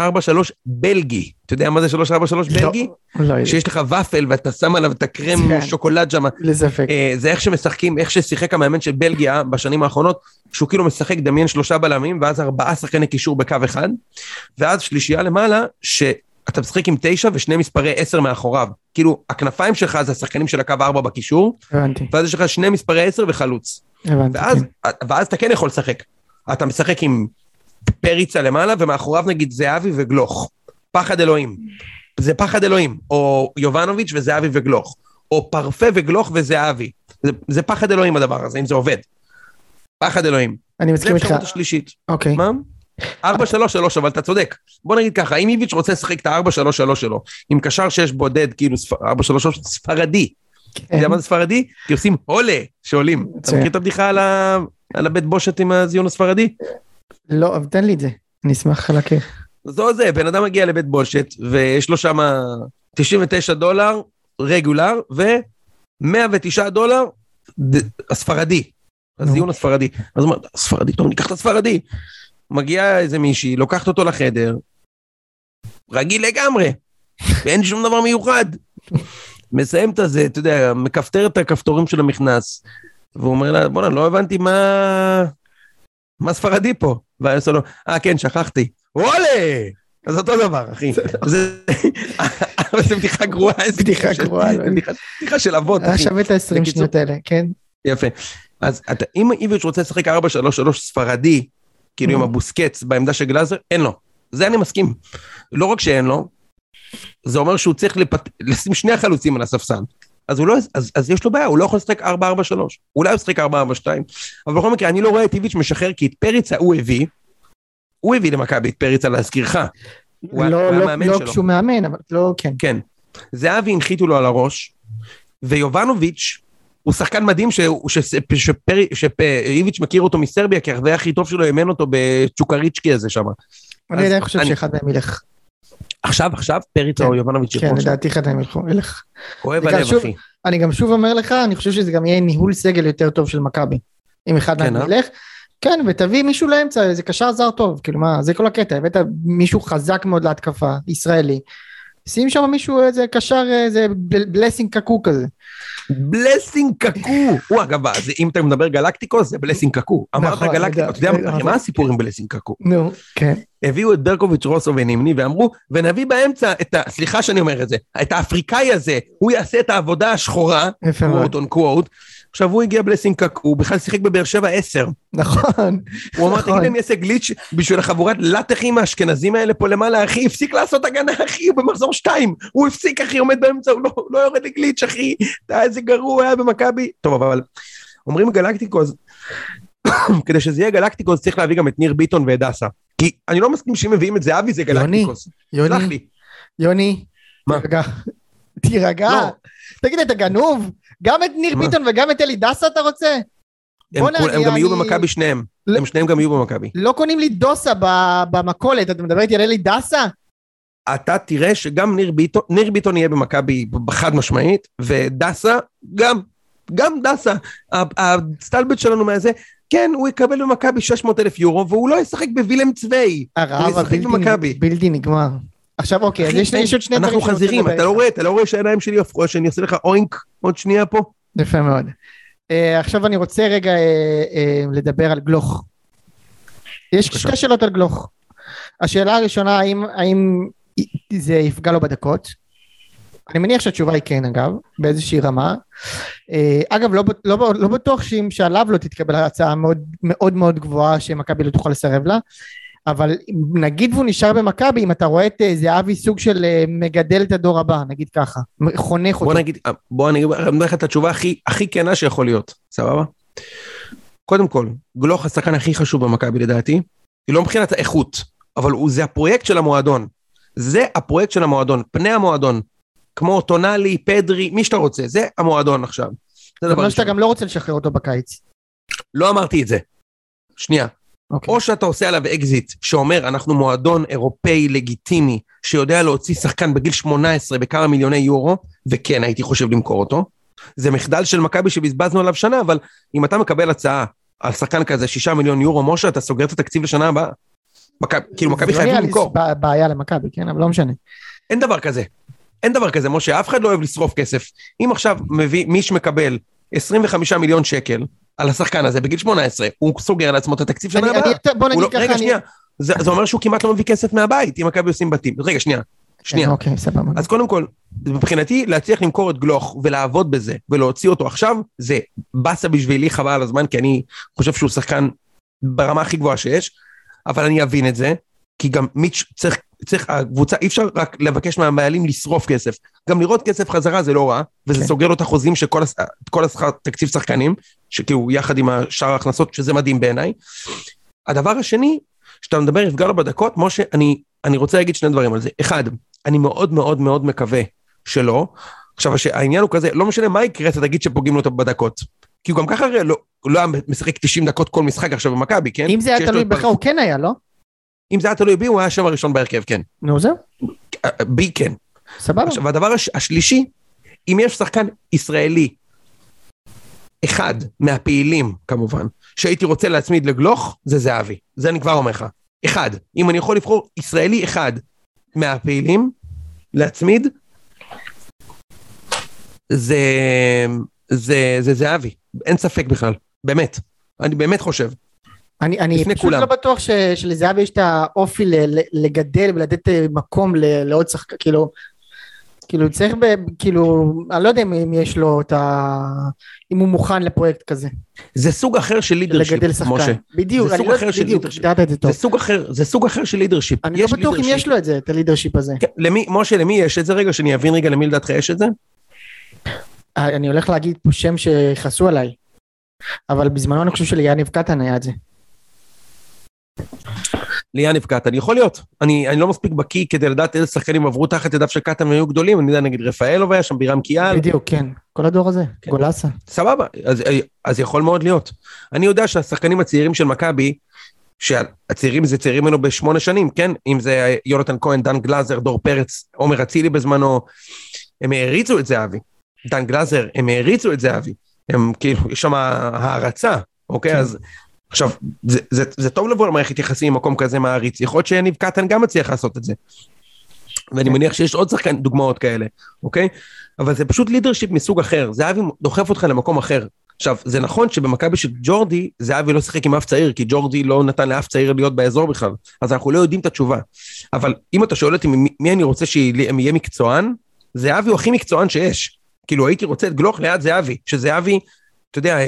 בלגי, אתה יודע מה זה 3-4-3 בלגי? שיש לך ופל, ואתה שם עליו את הקרם שוקולד שם. לספק. זה איך שמשחקים, איך ששיחק המאמן של בלגיה בשנים האחרונות, שהוא כאילו משחק דמיין 3 בלמים, ואז 4 שחקני קישור בקו אחד, ואז שלישייה למעלה, שאתה משחק עם 9 ושני מספרי 10 מאחוריו. כאילו, הכנפיים שלך זה השחקנים של הקו 4 בקישור, ואז יש לך שני מספרי 10 וחלוץ. ואז אתה כן יכול לשחק. אתה משחק עם פריצה למעלה, ומאחוריו נגיד זהבי וגלוך. פחד אלוהים. זה פחד אלוהים. או יובנוביץ' וזהבי וגלוך. או פרפה וגלוך וזהבי. זה פחד אלוהים הדבר הזה, אם זה עובד. פחד אלוהים. אני מסכים איתך. זה אפשרות השלישית. אוקיי. מה? 4-3-3, אבל אתה צודק. בוא נגיד ככה, אם איביץ' רוצה לשחק את ה-4-3-3 שלו, עם קשר שיש בודד, כאילו 4-3-3 ספרדי. אתה יודע מה זה ספרדי? כי עושים הולה שעולים. אתה מכיר את הבדיחה על הבית בושת עם הזיון הספרדי? לא, תן לי את זה. אני אשמח להכיר. זה, בן אדם מגיע לבית בושת, ויש לו שם $99 רגולר, ו$109 הספרדי. הזיון הספרדי. אז הוא אומר, הספרדי, טוב, ניקח את הספרדי. מגיע איזה מישהי, לוקחת אותו לחדר, רגיל לגמרי, ואין שום דבר מיוחד. מסיים את זה, אתה יודע, מכפתר את הכפתורים של המכנס, והוא אומר לה, בוא'נה, לא הבנתי מה ספרדי פה. והיא עושה לו, כן, שכחתי. וואלה! אז אותו דבר, אחי. זה בדיחה גרועה. בדיחה גרועה. בדיחה של אבות, אחי. שווה את ה-20 שניות האלה, כן. יפה. אז אם איביץ' רוצה לשחק 4-3-3 ספרדי, כאילו עם הבוסקץ בעמדה של גלאזר, אין לו. זה אני מסכים. לא רק שאין לו, זה אומר שהוא צריך לשים שני החלוצים על הספסל. אז יש לו בעיה, הוא לא יכול לשחק 4-4-3. אולי הוא לשחק 4-4-2. אבל בכל מקרה, אני לא רואה את איביץ' משחרר, כי את פריצה הוא הביא למכבי את פריצה להזכירך. לא כשהו מאמן, אבל לא, כן. כן. זהבי הנחיתו לו על הראש, ויובנוביץ' הוא שחקן מדהים שאיביץ' מכיר אותו מסרביה, כי החוויה הכי טוב שלו האמן אותו בצ'וקריצ'קי הזה שם. אני עדיין חושב שאחד מהם ילך. עכשיו, פריצה או יובנוביץ' כן, לדעתי אחד מהם ילך. כואב הלב, אחי. אני גם שוב אומר לך, אני חושב שזה גם יהיה ניהול סגל יותר טוב של מכבי. אם אחד מהם ילך, כן, ותביא מישהו לאמצע, זה קשר זר טוב, כאילו מה, זה כל הקטע, הבאת מישהו חזק מאוד להתקפה, ישראלי, שים שם מישהו, איזה קשר, איזה בלסינג קקו כזה. בלסינג קקו, אגב, אם אתה מדבר גלקטיקוס, זה בלסינג קקו, אמרת גלקטיקוס, אתה יודע מה הסיפור עם בלסינג קקו? נו, כן. הביאו את ברקוביץ' רוסו ונימני, ואמרו, ונביא באמצע, סליחה שאני אומר את זה, את האפריקאי הזה, הוא יעשה את העבודה השחורה, quote on quote, עכשיו הוא הגיע בלסינג קקו, הוא בכלל שיחק בבאר שבע 10. נכון. הוא אמר, תגיד להם יעשה גליץ' בשביל החבורת לטחים האשכנזים האלה פה למעלה, אחי, הפסיק לעשות הגנה, אחי, הוא במחזור 2, הוא הפסיק, אחי, עומד באמצע, הוא לא יורד לגליץ', אחי, איזה גרוע היה במכבי. טוב, אבל אומרים גלקטיקוס, כדי שזה יהיה גלקטיקוס, צריך להביא גם את ניר ביטון ואת דסה. כי אני לא מסכים שאם מביאים את זה, אבי זה גלקטיקוס. יוני, תירגע. תגיד, אתה גנוב? גם את ניר ביטון וגם את אלי דסה אתה רוצה? הם גם יהיו במכבי שניהם. הם שניהם גם יהיו במכבי. לא קונים לי דוסה במקולת, אתה מדבר איתי על אלי דסה? אתה תראה שגם ניר ביטון יהיה במכבי חד משמעית, ודסה גם דסה. הסטלבט שלנו מהזה, כן, הוא יקבל במכבי 600,000 יורו, והוא לא ישחק בווילם צווי. הרעב הבלתי נגמר. עכשיו אוקיי, אז יש עוד שני דברים. אנחנו חזירים, אתה לא רואה שהעיניים שלי הפכו, שאני אעשה לך אוינק עוד שנייה פה? יפה מאוד. עכשיו אני רוצה רגע לדבר על גלוך. יש שתי שאלות על גלוך. השאלה הראשונה, האם זה יפגע לו בדקות? אני מניח שהתשובה היא כן, אגב, באיזושהי רמה. אגב, לא בטוח שעליו לא תתקבל הצעה מאוד מאוד גבוהה, שמכבי לא תוכל לסרב לה, אבל נגיד והוא נשאר במכבי, אם אתה רואה את זהבי סוג של מגדל את הדור הבא, נגיד ככה, חונך אותו. בוא נגיד לך את התשובה הכי כנה שיכול להיות, סבבה? קודם כל, גלוך השחקן הכי חשוב במכבי לדעתי, היא לא מבחינת האיכות, אבל זה הפרויקט של המועדון, זה הפרויקט של המועדון, פני המועדון, כמו טונלי, פדרי, מי שאתה רוצה, זה המועדון עכשיו. זה דבר שאתה גם לא רוצה לשחרר אותו בקיץ. לא אמרתי את זה. שנייה. או שאתה עושה עליו אקזיט, שאומר, אנחנו מועדון אירופאי לגיטימי, שיודע להוציא שחקן בגיל 18 בכמה מיליוני יורו, וכן, הייתי חושב למכור אותו. זה מחדל של מכבי שבזבזנו עליו שנה, אבל אם אתה מקבל הצעה על שחקן כזה 6 מיליון יורו, משה, אתה סוגר את התקציב לשנה הבאה. כאילו מכבי חייבים למכור. זה לא נראה לי בעיה למכבי, כן? אבל לא משנה. אין דבר כזה, משה, אף אחד לא אוהב לשרוף כסף. אם עכשיו מי שמקבל 25 מיליון שקל על השחקן הזה בגיל 18, הוא סוגר לעצמו את התקציב שנה הבאה. רגע, שנייה, זה אומר שהוא כמעט לא מביא כסף מהבית, אם מכבי עושים בתים. רגע, שנייה. אז קודם כל, מבחינתי, להצליח למכור את גלוך ולעבוד בזה, ולהוציא אותו עכשיו, זה בסה בשבילי חבל על הזמן, כי אני חושב שהוא שחקן ברמה הכי גבוהה שיש, אבל אני אבין את זה, כי גם מיץ' צריך, הקבוצה, אי אפשר רק לבקש מהבעלים לשרוף כסף, גם לראות כסף חזרה זה לא רע, וזה סוגר לו את החוזים של כל תקציב שחקנים, שכאילו יחד עם שאר ההכנסות, שזה מדהים בעיניי. הדבר השני, שאתה מדבר יפגע לו בדקות, משה, אני רוצה להגיד שני דברים על זה. אחד, אני מאוד מאוד מאוד מקווה שלא, עכשיו העניין הוא כזה, לא משנה מה יקרה, אתה תגיד שפוגעים לו אותו בדקות, כי הוא גם ככה הרי לא היה משחק 90 דקות כל משחק עכשיו במכבי, כן? אם זה היה תלוי בך, הוא כן היה, לא? אם זה היה תלוי בי, הוא היה שם הראשון בהרכב, כן. נו, זהו? בי, כן. סבבה. והדבר השלישי, אם יש שחקן ישראלי, אחד מהפעילים, כמובן, שהייתי רוצה להצמיד לגלוך, זה זהבי. זה אני כבר אומר לך. אחד. אם אני יכול לבחור ישראלי אחד מהפעילים, להצמיד, זה זהבי. אין ספק בכלל. באמת. אני באמת חושב. אני פשוט לא בטוח שלזהבי יש את האופי לגדל ולתת מקום לעוד שחקן, כאילו צריך, כאילו, אני לא יודע אם יש לו אם הוא מוכן לפרויקט כזה. זה סוג אחר של לידרשיפ, משה. בדיוק, זה סוג אחר של לידרשיפ. זה סוג אחר של לידרשיפ. אני לא בטוח אם יש לו את זה, את הלידרשיפ הזה. משה, למי יש את זה? רגע, שאני אבין רגע למי לדעתך יש את זה? אני הולך להגיד פה שם שחסו עליי, אבל בזמנו אני חושב שליאניב קטן היה את זה. ליאניב קטן, יכול להיות. אני לא מספיק בקיא כדי לדעת איזה שחקנים עברו תחת ידיו של קטן והיו גדולים, אני יודע נגיד רפאלוב היה שם, בירם קיאל. בדיוק, כן. כל הדור הזה, גולסה. סבבה, אז יכול מאוד להיות. אני יודע שהשחקנים הצעירים של מכבי, שהצעירים זה צעירים ממנו ב8 שנים, כן? אם זה יונתן כהן, דן גלאזר, דור פרץ, עומר אצילי בזמנו, הם העריצו את זהבי. דן גלאזר, הם העריצו את זהבי. הם כאילו, יש שם הערצה, אוקיי? אז עכשיו, זה טוב לבוא למערכת יחסים עם מקום כזה מעריץ, יכול להיות שיניב קטן גם מצליח לעשות את זה. ואני מניח שיש עוד שחקן דוגמאות כאלה, אוקיי? אבל זה פשוט לידרשיפ מסוג אחר, זהבי דוחף אותך למקום אחר. עכשיו, זה נכון שבמכבי של ג'ורדי, זהבי לא שיחק עם אף צעיר, כי ג'ורדי לא נתן לאף צעיר להיות באזור בכלל, אז אנחנו לא יודעים את התשובה. אבל אם אתה שואל אותי מי אני רוצה שיהיה מקצוען, זהבי הוא הכי מקצוען שיש. כאילו הייתי רוצה את גלוך ליד זהבי, שזהבי, אתה יודע,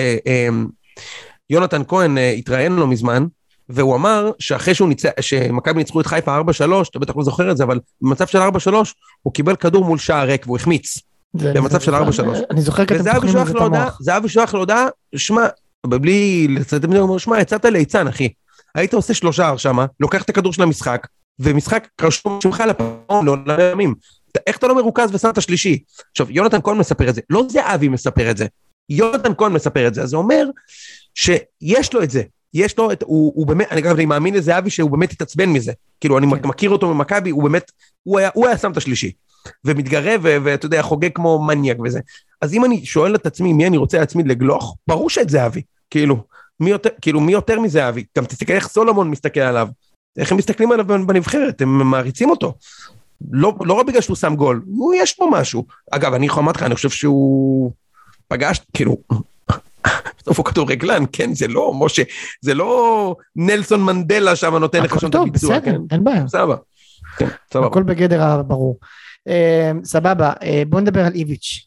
יונתן כהן התראיין לו מזמן, והוא אמר שאחרי שמכבי ניצחו את חיפה 4-3, אתה בטח לא זוכר את זה, אבל במצב של 4-3, הוא קיבל כדור מול שער ריק, והוא החמיץ. במצב של 4-3. אני זוכר כי אתם תוכנים לזה את המוח. זהבי שולח להודעה, שמע, בלי לצאת, הוא אומר, שמע, יצאת ליצן, אחי. היית עושה 3 הרשמה, לוקח את הכדור של המשחק, ומשחק רשום שמך לפעמים, לא לימים. איך אתה לא מרוכז ושם את השלישי? עכשיו, יונתן כהן מספר את זה, לא זהבי מספר את זה, יונתן כהן מספר את זה, אז זה אומר שיש לו את זה, יש לו את, הוא באמת, אני מאמין לזהבי שהוא באמת התעצבן מזה, כאילו אני מכיר אותו ממכבי, הוא באמת, הוא היה שם את השלישי, ומתגרה ואתה יודע, חוגג כמו מניאק וזה, אז אם אני שואל את עצמי מי אני רוצה להצמיד לגלוך, ברור שאת זהבי, כאילו, מי יותר מזהבי, גם תסתכל איך סולומון מסתכל עליו, איך הם מסתכלים עליו בנבחרת, הם מעריצים אותו, לא רק בגלל שהוא שם גול, יש פה משהו, אגב, אני חומד לך, אני חושב שהוא פגש, כאילו, בסוף הוא כדורגלן, כן, זה לא, משה, זה לא נלסון מנדלה שם נותן לך שם את הביצוע, כן? אין בעיה. סבבה. הכל בגדר הברור. סבבה, בוא נדבר על איביץ'.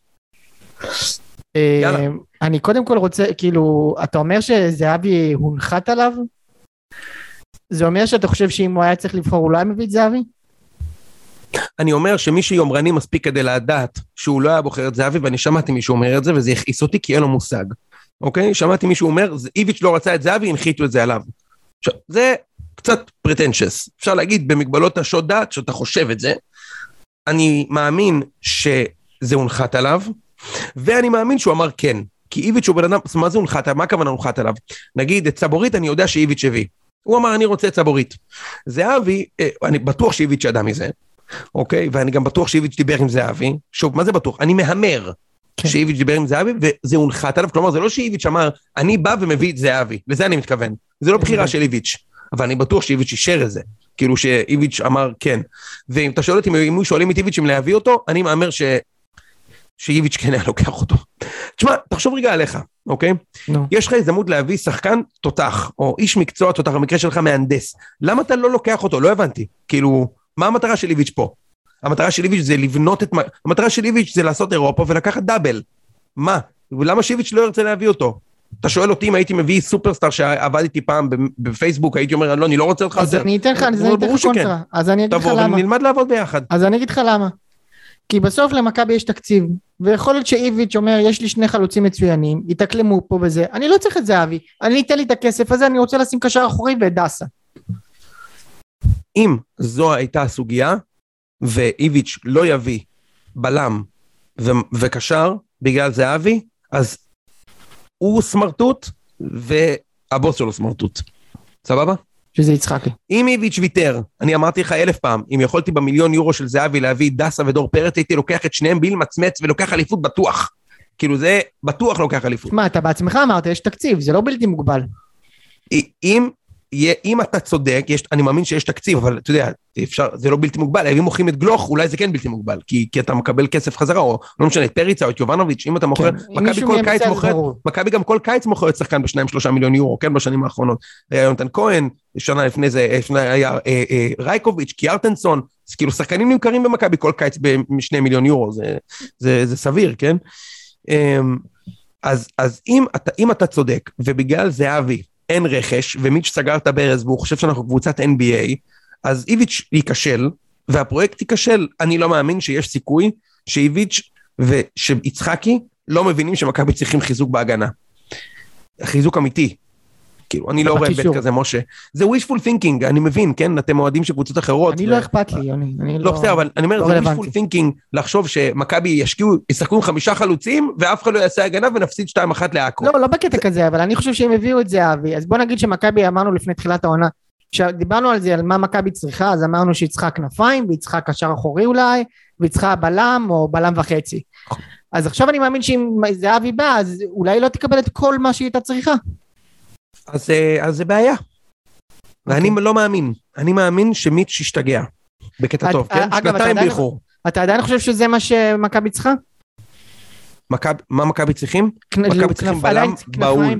אני קודם כל רוצה, כאילו, אתה אומר שזהבי הונחת עליו? זה אומר שאתה חושב שאם הוא היה צריך לבחור, הוא לא היה מביא את זהבי? אני אומר שמי שיומרני מספיק כדי לדעת שהוא לא היה בוחר את זהבי, ואני שמעתי מישהו אומר את זה, וזה הכעיס אותי כי אין לו מושג. אוקיי? שמעתי מישהו אומר, איביץ' לא רצה את זהבי, הנחיתו את זה עליו. עכשיו, זה קצת פרטנצ'ס. אפשר להגיד במגבלות השוד דעת, שאתה חושב את זה. אני מאמין שזה הונחת עליו, ואני מאמין שהוא אמר כן. כי איביץ' הוא בן אדם, מה זה הונחת עליו? מה הכוונה הונחת עליו? נגיד, את צבורית אני יודע שאיביץ' הביא. הוא אמר, אני רוצה את צבורית. זהבי, אני בטוח שאיביץ' ידע מזה. אוקיי? ואני גם בטוח שאיביץ' דיבר עם זהבי. שוב, מה זה בטוח? אני מהמר שאיביץ' דיבר עם זהבי, וזה הונחת עליו. כלומר, זה לא שאיביץ' אמר, אני בא ומביא את זהבי. לזה אני מתכוון. זה לא בחירה של איביץ'. אבל אני בטוח שאיביץ' אישר את זה. כאילו שאיביץ' אמר כן. ואם אתה שואל אותי, אם הוא שואלים את איביץ' אם להביא אותו, אני מאמר שאיביץ' כן היה לוקח אותו. תשמע, תחשוב רגע עליך, אוקיי? יש לך הזדמנות להביא שחקן תותח, או איש מקצוע תותח, במקרה שלך מהנדס. למה אתה לא לוקח אותו? לא הבנתי. כאילו, מה המטרה של איביץ' פה? המטרה של איביץ' זה לבנות את... המטרה של איביץ' זה לעשות אירופה ולקחת דאבל. מה? ולמה שאיביץ' לא ירצה להביא אותו? אתה שואל אותי אם הייתי מביא סופרסטאר שעבדתי פעם בפייסבוק, הייתי אומר, לא, אני לא רוצה אותך. אז אני אתן לך קונטרה. אז אני אגיד לך למה. תבוא ונלמד לעבוד ביחד. אז אני אגיד לך למה. כי בסוף למכבי יש תקציב, ויכול להיות שאיביץ' אומר, יש לי 2 חלוצים מצוינים, יתקלמו פה בזה, אני לא צריך את זהבי, אני אתן לי את הכסף הזה, אני רוצה לשים קשר אחורי ואת דסה. אם זו הייתה הסוגיה, ואיביץ' לא יביא בלם וקשר בגלל זהבי, אז הוא סמרטוט, והבוס שלו סמרטוט. סבבה? שזה יצחק לי. אם איביץ' ויתר, אני אמרתי לך 1000 פעם, אם יכולתי ב1,000,000 יורו של זהבי להביא דסה ודור פרץ, הייתי לוקח את שניהם ביל מצמץ ולוקח אליפות בטוח. כאילו זה בטוח לוקח אליפות. מה, אתה בעצמך אמרת, יש תקציב, זה לא בלתי מוגבל. אם אם אתה צודק, אני מאמין שיש תקציב, אבל אתה יודע, זה לא בלתי מוגבל, אם מוכרים את גלוך, אולי זה כן בלתי מוגבל, כי אתה מקבל כסף חזרה, או לא משנה, את פריצה או את יובנוביץ', אם אתה מוכר, מכבי גם כל קיץ מוכרת שחקן ב2-3 מיליון יורו, כן, בשנים האחרונות, היה יונתן כהן, שנה לפני זה היה רייקוביץ', קיארטנסון, כאילו שחקנים נמכרים במכבי כל קיץ ב2 מיליון יורו, זה סביר, כן? אז אם אתה צודק, ובגלל זהבי אין רכש, ומיץ' סגר את הברז, והוא חושב שאנחנו קבוצת NBA, אז איביץ' ייכשל, והפרויקט ייכשל. אני לא מאמין שיש סיכוי שאיביץ' ושיצחקי לא מבינים שמכבי צריכים חיזוק בהגנה. חיזוק אמיתי. כאילו, אני לא רואה בית כזה, משה. זה wishful thinking, אני מבין, כן? אתם אוהדים של קבוצות אחרות. אני לא אכפת לי, לא בסדר, אבל אני אומר, זה wishful thinking לחשוב שמכבי ישחקו עם 5 חלוצים, ואף אחד לא יעשה הגנה ונפסיד 2-1 לעכו. לא בקטע כזה, אבל אני חושב שהם הביאו את זה, אבי. אז בוא נגיד שמכבי אמרנו לפני תחילת העונה, כשדיברנו על זה, על מה מכבי צריכה, אז אמרנו שהיא צריכה כנפיים, והיא צריכה קשר אחורי אולי, והיא צריכה בלם או בלם וחצי. אז עכשיו אני מאמין שאם זהבי בא, אז אולי לא תקבל את כל מה שהיא הייתה צריכה. אז זה בעיה. ואני לא מאמין. אני מאמין שמיץ' ישתגע. בקטע טוב, כן? שנתיים באיחור. אתה עדיין חושב שזה מה שמכבי צריכה? מה מכבי צריכים? מכבי צריכים בלם בהול.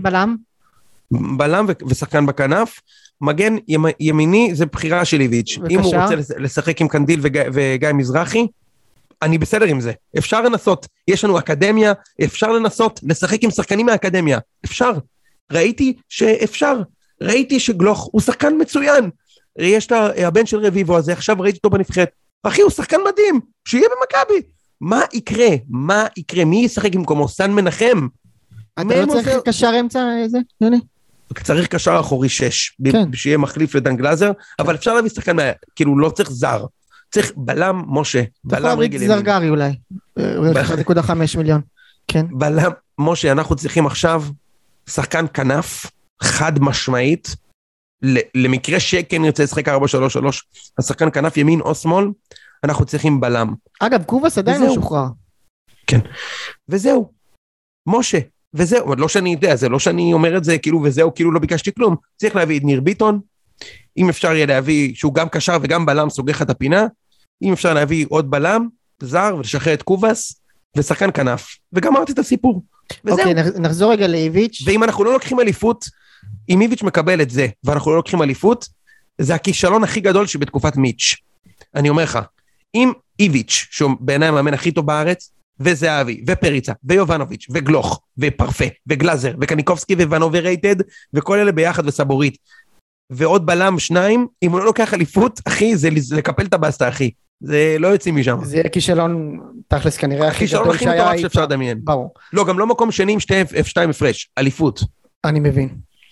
בלם ושחקן בכנף. מגן ימיני זה בחירה של איביץ'. אם הוא רוצה לשחק עם קנדיל וגיא מזרחי, אני בסדר עם זה. אפשר לנסות. יש לנו אקדמיה, אפשר לנסות לשחק עם שחקנים מהאקדמיה. אפשר. ראיתי שאפשר. ראיתי שגלוך הוא שחקן מצוין. יש את הבן של רביבו הזה, עכשיו ראיתי אותו בנבחרת. אחי, הוא שחקן מדהים. שיהיה במכבי. מה יקרה? מה יקרה? מי ישחק עם כמו סן מנחם? אתה לא צריך קשר אמצע איזה? צריך קשר אחורי 6, שיהיה מחליף לדן גלאזר, אבל אפשר להביא שחקן, כאילו לא צריך זר, צריך בלם משה, בלם רגל ימין. זרגרי אולי, 1.5 מיליון, כן. בלם, משה, אנחנו צריכים עכשיו שחקן כנף, חד משמעית, למקרה שכן יוצא לשחק 4-3-3, השחקן כנף ימין או שמאל, אנחנו צריכים בלם. אגב, קובס עדיין לא שוחרר. כן, וזהו, משה, וזהו, לא שאני יודע, זה לא שאני אומר את זה, כאילו, וזהו, כאילו לא ביקשתי כלום, צריך להביא את ניר ביטון, אם אפשר יהיה להביא, שהוא גם קשר וגם בלם סוגח את הפינה, אם אפשר להביא עוד בלם, זר, ולשחרר את קובס, ושחקן כנף, וגם אמרתי את הסיפור, וזהו. אוקיי, נחזור רגע לאיביץ'. ואם אנחנו לא לוקחים אליפות, אם איביץ' מקבל את זה, ואנחנו לא לוקחים אליפות, זה הכישלון הכי גדול שבתקופת מיץ'. אני אומר לך, אם איביץ', שהוא בעיניי המאמן הכי טוב בארץ, וזהבי, ופריצה, ויובנוביץ', וגלוך, ופרפה, וגלאזר, וקניקובסקי, ווונוברייטד, וכל אלה ביחד וסבורית, ועוד בלם 2, אם הוא לא לוקח אליפות, אחי, זה לקפל את הבאסטה, אחי. זה לא יוצאים משם. זה כישלון, תכלס כנראה הכי גדול הכי מטורף שאפשר לדמיין. ברור. לא, גם לא מקום שני עם 2 הפרש, אליפות. אני מבין.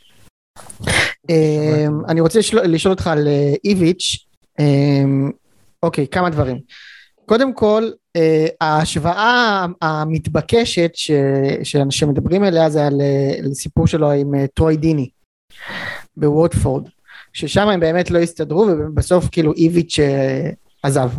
אני רוצה לשאול אותך על איביץ', אוקיי, כמה דברים. קודם כל, ההשוואה המתבקשת שמדברים עליה זה על סיפור שלו עם טרוי דיני בווטפורד, ששם הם באמת לא הסתדרו ובסוף כאילו איביץ' עזב.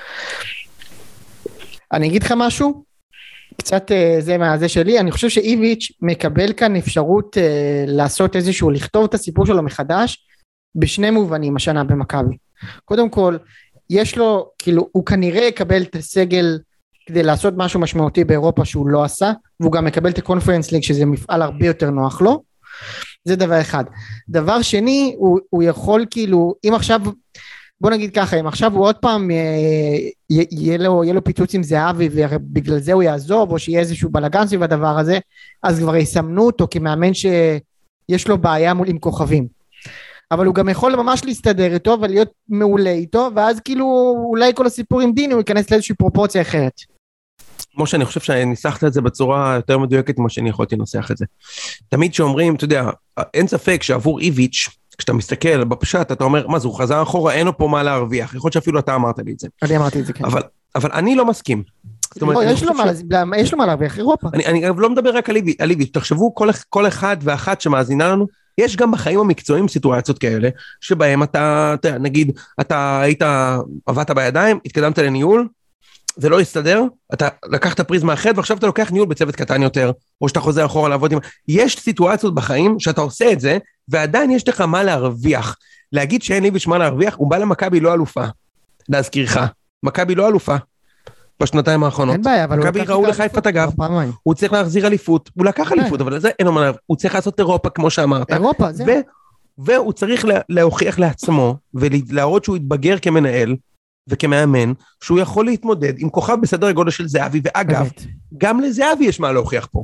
אני אגיד לך משהו, קצת זה מהזה שלי, אני חושב שאיביץ' מקבל כאן אפשרות לעשות איזשהו, לכתוב את הסיפור שלו מחדש, בשני מובנים השנה במכבי. קודם כל, יש לו, כאילו, הוא כנראה יקבל את הסגל כדי לעשות משהו משמעותי באירופה שהוא לא עשה, והוא גם מקבל את הקונפרנס ליג שזה מפעל הרבה יותר נוח לו, זה דבר אחד. דבר שני, הוא יכול כאילו, אם עכשיו, בוא נגיד ככה, אם עכשיו הוא עוד פעם יהיה לו פיצוץ עם זהבי, ובגלל זה הוא יעזוב, או שיהיה איזשהו בלגן סביב הדבר הזה, אז כבר יסמנו אותו כמאמן שיש לו בעיה מול עם כוכבים. אבל הוא גם יכול ממש להסתדר איתו, ולהיות מעולה איתו, ואז כאילו אולי כל הסיפור עם דיני, הוא ייכנס לאיזושהי פרופורציה אחרת. משה, אני חושב שניסחת את זה בצורה יותר מדויקת ממה שאני יכולתי לנסח את זה. תמיד שאומרים, אתה יודע, אין ספק שעבור איביץ', כשאתה מסתכל בפשט, אתה אומר, מה זה, הוא חזר אחורה, אין לו פה מה להרוויח, יכול להיות שאפילו אתה אמרת לי את זה. אני אמרתי את זה, כן. אבל אני לא מסכים. לא, יש לו מה להרוויח, אירופה. אני לא מדבר רק על איביץ', תחשבו כל אחד ואחת שמאזינה לנו, יש גם בחיים המקצועיים סיטואציות כאלה, שבהם אתה, נגיד, אתה היית, עבדת בידיים, התקדמת לניהול, זה לא יסתדר, אתה לקח את הפריזמה אחרת, ועכשיו אתה לוקח ניהול בצוות קטן יותר, או שאתה חוזר אחורה לעבוד עם... יש סיטואציות בחיים שאתה עושה את זה, ועדיין יש לך מה להרוויח. להגיד שאין ליביץ' מה להרוויח, הוא בא למכבי לא אלופה. להזכירך, מכבי לא אלופה. בשנתיים האחרונות. אין בעיה, אבל מכבי ראו לחיפה את הגב, הוא צריך להחזיר אליפות, הוא לקח אליפות, אבל זה אין לו מה להרוויח, הוא צריך לעשות אירופה כמו שאמרת. אירופה, זה. והוא צריך להוכיח לעצמו, ולהראות שהוא יתבגר כמנהל, וכמאמן, שהוא יכול להתמודד עם כוכב בסדר הגודל של זהבי, ואגב, גם לזהבי יש מה להוכיח פה.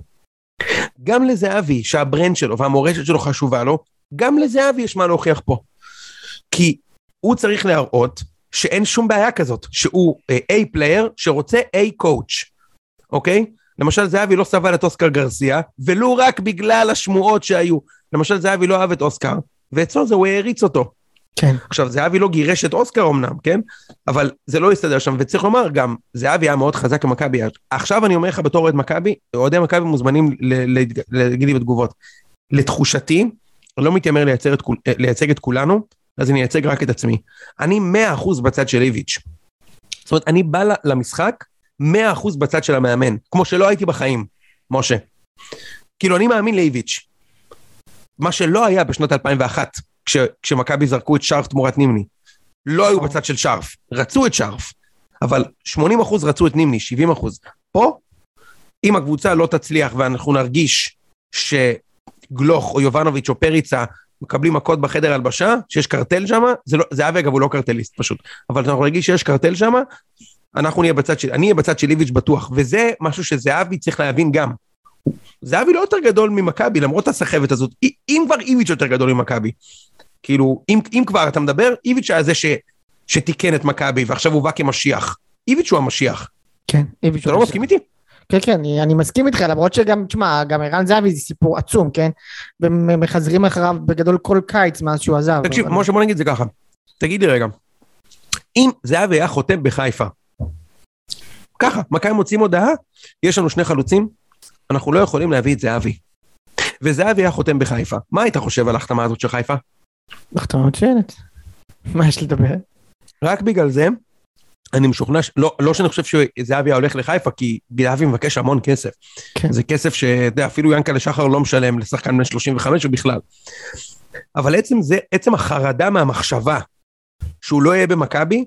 גם לזהבי, שהברנד שלו והמורשת שלו חשובה לו, גם לזהבי יש מה להוכיח פה. כי הוא צריך להראות שאין שום בעיה כזאת, שהוא A-פלייר שרוצה A-קואוץ', אוקיי? למשל זהבי לא סבל את אוסקר גרסיה, ולא רק בגלל השמועות שהיו. למשל זהבי לא אהב את אוסקר, ואצלו זה הוא העריץ אותו. כן. עכשיו, זהבי לא גירש את אוסקר אמנם, כן? אבל זה לא יסתדר שם, וצריך לומר גם, זהבי היה מאוד חזק כמכבי. עכשיו אני אומר לך בתור אוהד מכבי, אוהדי מכבי מוזמנים להגיד לי בתגובות. לתחושתי, לא מתיימר לייצג את כולנו, אז אני אייצג רק את עצמי. אני 100% בצד של ליביץ'. זאת אומרת, אני בא למשחק 100% בצד של המאמן, כמו שלא הייתי בחיים, משה. כאילו, אני מאמין ליביץ'. מה שלא היה בשנות 2001, כשמכבי זרקו את שרף תמורת נימני. לא היו בצד של שרף, רצו את שרף, אבל 80% רצו את נימני, 70%. פה, אם הקבוצה לא תצליח ואנחנו נרגיש שגלוך או יובנוביץ' או פריצה מקבלים מכות בחדר הלבשה, שיש קרטל שם, זה אגב הוא לא קרטליסט פשוט, אבל אנחנו נרגיש שיש קרטל שם, אנחנו נהיה בצד של, אני אהיה בצד של ליביץ' בטוח, וזה משהו שזהבי צריך להבין גם. זהבי לא יותר גדול ממכבי, למרות הסחבת הזאת, אם כבר איביץ' יותר גדול ממכבי, כאילו, אם כבר אתה מדבר, איביץ' היה זה שתיקן את מכבי, ועכשיו הוא בא כמשיח. איביץ' הוא המשיח. כן, איביץ' אתה לא מסכים איתי? כן, כן, אני מסכים איתך, למרות שגם, תשמע, גם ערן זהבי זה סיפור עצום, כן? ומחזרים אחריו בגדול כל קיץ מאז שהוא עזב. תקשיב, משה, בוא נגיד זה ככה. תגיד לי רגע, אם זהבי היה חותם בחיפה, ככה, מכבי מוצאים הודעה, יש לנו 2 חלוצים, אנחנו לא יכולים להביא את זהבי. וזהבי היה חותם בחיפה. מה היית חושב על ההחתמה הזאת של חיפה? החתמה מצוינת. מה יש לדבר? רק בגלל זה, אני משוכנע, לא שאני חושב שזהבי הולך לחיפה, כי זהבי מבקש המון כסף. כן. זה כסף שאפילו ינקלה שחר לא משלם לשחקן בן 35 ובכלל. אבל עצם החרדה מהמחשבה, שהוא לא יהיה במכבי,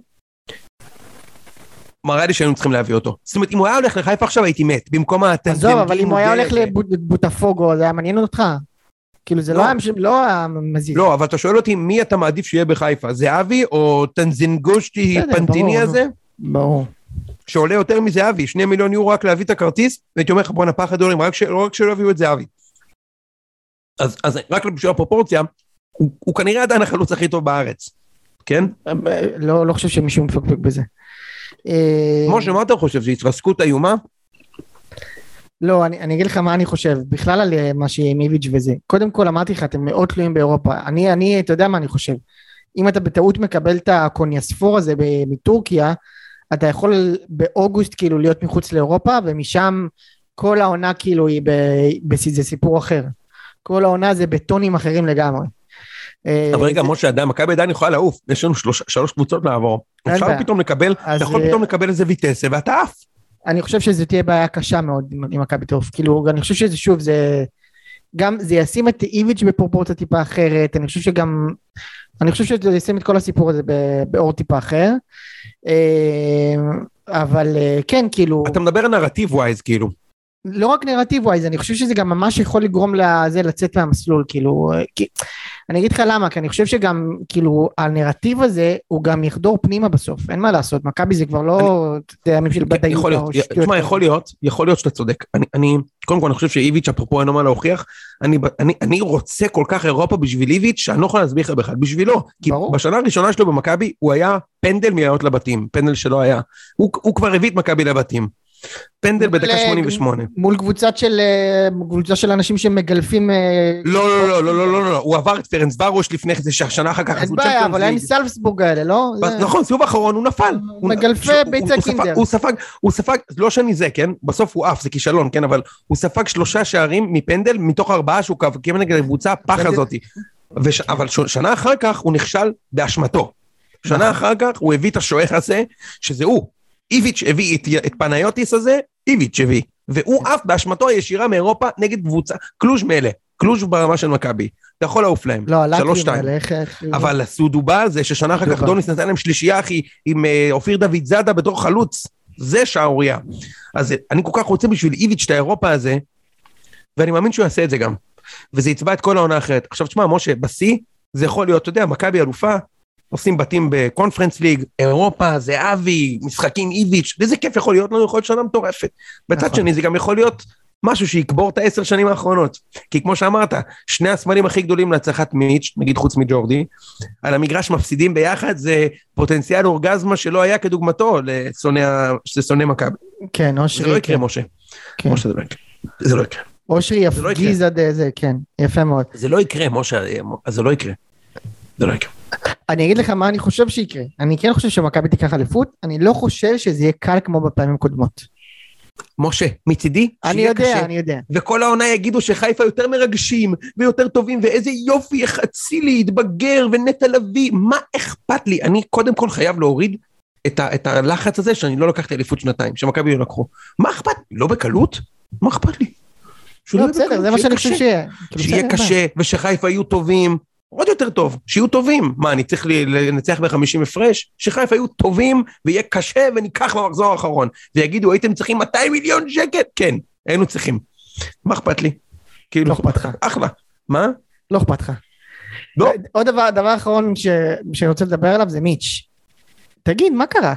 מראה לי שהיינו צריכים להביא אותו. זאת אומרת, אם הוא היה הולך לחיפה עכשיו הייתי מת, במקום עזוב, אבל אם הוא היה הולך לבוטפוגו, זה היה מעניין אותך. כאילו זה לא היה מזיז. לא, אבל אתה שואל אותי, מי אתה מעדיף שיהיה בחיפה? זהבי או טנזינגושטי פנטיני הזה? ברור. שעולה יותר מזהבי, 2 מיליון יורו רק להביא את הכרטיס, והייתי אומר לך, בוא נפח הדולרים, רק שלא הביאו את זהבי. אז רק בשביל הפרופורציה, הוא כנראה עדיין החלוץ הכי טוב בארץ. כן? לא חושב שמישהו מפקפק בזה. משה, מה אתה חושב? זה התרסקות איומה? לא, אני אגיד לך מה אני חושב, בכלל על מה שיהיה עם איביץ' וזה. קודם כל אמרתי לך, אתם מאוד תלויים באירופה. אתה יודע מה אני חושב. אם אתה בטעות מקבל את הקוניאספור הזה מטורקיה, אתה יכול באוגוסט כאילו להיות מחוץ לאירופה, ומשם כל העונה כאילו היא זה סיפור אחר. כל העונה זה בטונים אחרים לגמרי. אבל רגע, משה, מכבי עדיין יכולה לעוף, יש לנו 3 קבוצות לעבור. אפשר פתאום לקבל, אתה יכול פתאום לקבל איזה ויטסה, ואתה עף. אני חושב שזה תהיה בעיה קשה מאוד עם מכבי טוב, כאילו, אני חושב שזה שוב, גם זה ישים את איביץ' בפרופורציה טיפה אחרת, אני חושב שזה ישים את כל הסיפור הזה באור טיפה אחר, אבל כן, כאילו... אתה מדבר נרטיב ווייז, כאילו. לא רק נרטיב ווייז, אני חושב שזה גם ממש יכול לגרום לזה לצאת מהמסלול, כאילו, אני אגיד לך למה, כי אני חושב שגם, כאילו, הנרטיב הזה, הוא גם יחדור פנימה בסוף, אין מה לעשות, מכבי זה כבר לא, טעמים של בדאיות. יכול להיות שאתה צודק, קודם כל אני חושב שאיביץ' אפרופו אין לו מה להוכיח, אני רוצה כל כך אירופה בשביל איביץ', שאני לא יכול להסביר לך בכלל, בשבילו, כי בשנה הראשונה שלו במכבי, הוא היה פנדל מלהיות לבתים, פנדל שלא היה, הוא כבר הביא את מכבי לבתים, פנדל בדקה 88. מול קבוצה של אנשים שמגלפים... לא, הוא עבר את פרנס ברוש לפני זה שנה אחר כך. אין בעיה, אבל היה מסלפסבורג האלה, לא? נכון, סיבוב האחרון הוא נפל. מגלפי ביצה קינדר. הוא ספג, לא שאני זה, כן? בסוף הוא אף, זה כישלון, כן? אבל הוא ספג 3 שערים מפנדל, מתוך 4 שהוא קבע נגד הקבוצה הפח הזאת. אבל שנה אחר כך הוא נכשל באשמתו. שנה אחר כך הוא הביא את השוער הזה, שזה הוא. איביץ' הביא את פניוטיס הזה, איביץ' הביא, והוא אף באשמתו הישירה מאירופה נגד קבוצה, קלוז' מלא, קלוז' ברמה של מכבי, אתה יכול לעוף להם, 3-2, אבל הסודובה זה ששנה אחר כך דוניס נתן להם שלישייה אחי, עם אופיר דוד זאדה בתור חלוץ, זה שערוריה, אז אני כל כך רוצה בשביל איביץ' את האירופה הזה, ואני מאמין שהוא יעשה את זה גם, וזה יצבע את כל העונה האחרת, עכשיו תשמע משה, בסי, זה יכול להיות, אתה יודע, מכבי אלופה, עושים בתים בקונפרנס ליג, אירופה, זהבי, משחקים איביץ', וזה כיף יכול להיות לנו, יכול להיות שנה מטורפת. בצד שני זה גם יכול להיות משהו שיקבור את 10 שנים האחרונות. כי כמו שאמרת, שני הסמלים הכי גדולים להצלחת מיץ', נגיד חוץ מג'ורדי, על המגרש מפסידים ביחד, זה פוטנציאל אורגזמה שלא היה כדוגמתו לשונא מכבי. כן, אושרי. זה לא יקרה, משה. משה, זה לא יקרה. זה לא יקרה. אושרי יפגיז עד זה, כן, יפה מאוד. זה לא יקרה, משה, זה לא יקרה. זה לא יקרה. אני אגיד לך מה אני חושב שיקרה, אני כן חושב שמכבי תיקח אליפות, אני לא חושב שזה יהיה קל כמו בפעמים קודמות. משה, מצידי, שיהיה קשה, אני יודע. וכל העונה יגידו שחיפה יותר מרגשים, ויותר טובים, ואיזה יופי, איך אצילי להתבגר, ונטע לביא, מה אכפת לי? אני קודם כל חייב להוריד את הלחץ הזה, שאני לא לקחתי אליפות שנתיים, שמכבי לא לקחו. מה אכפת? לא בקלות? מה אכפת לי? לא, בסדר, זה מה שאני חושב שיהיה. שיהיה קשה, ושחיפה יהיו טובים, עוד יותר טוב, שיהיו טובים. מה, אני צריך לנצח ב50 הפרש? שחיפה יהיו טובים, ויהיה קשה, וניקח במחזור האחרון. ויגידו, הייתם צריכים 200 מיליון שקל? כן, היינו צריכים. מה אכפת לי? לא אכפת לך. אחלה. מה? לא אכפת לך. לא. עוד דבר אחרון שאני רוצה לדבר עליו, זה מיץ'. תגיד, מה קרה?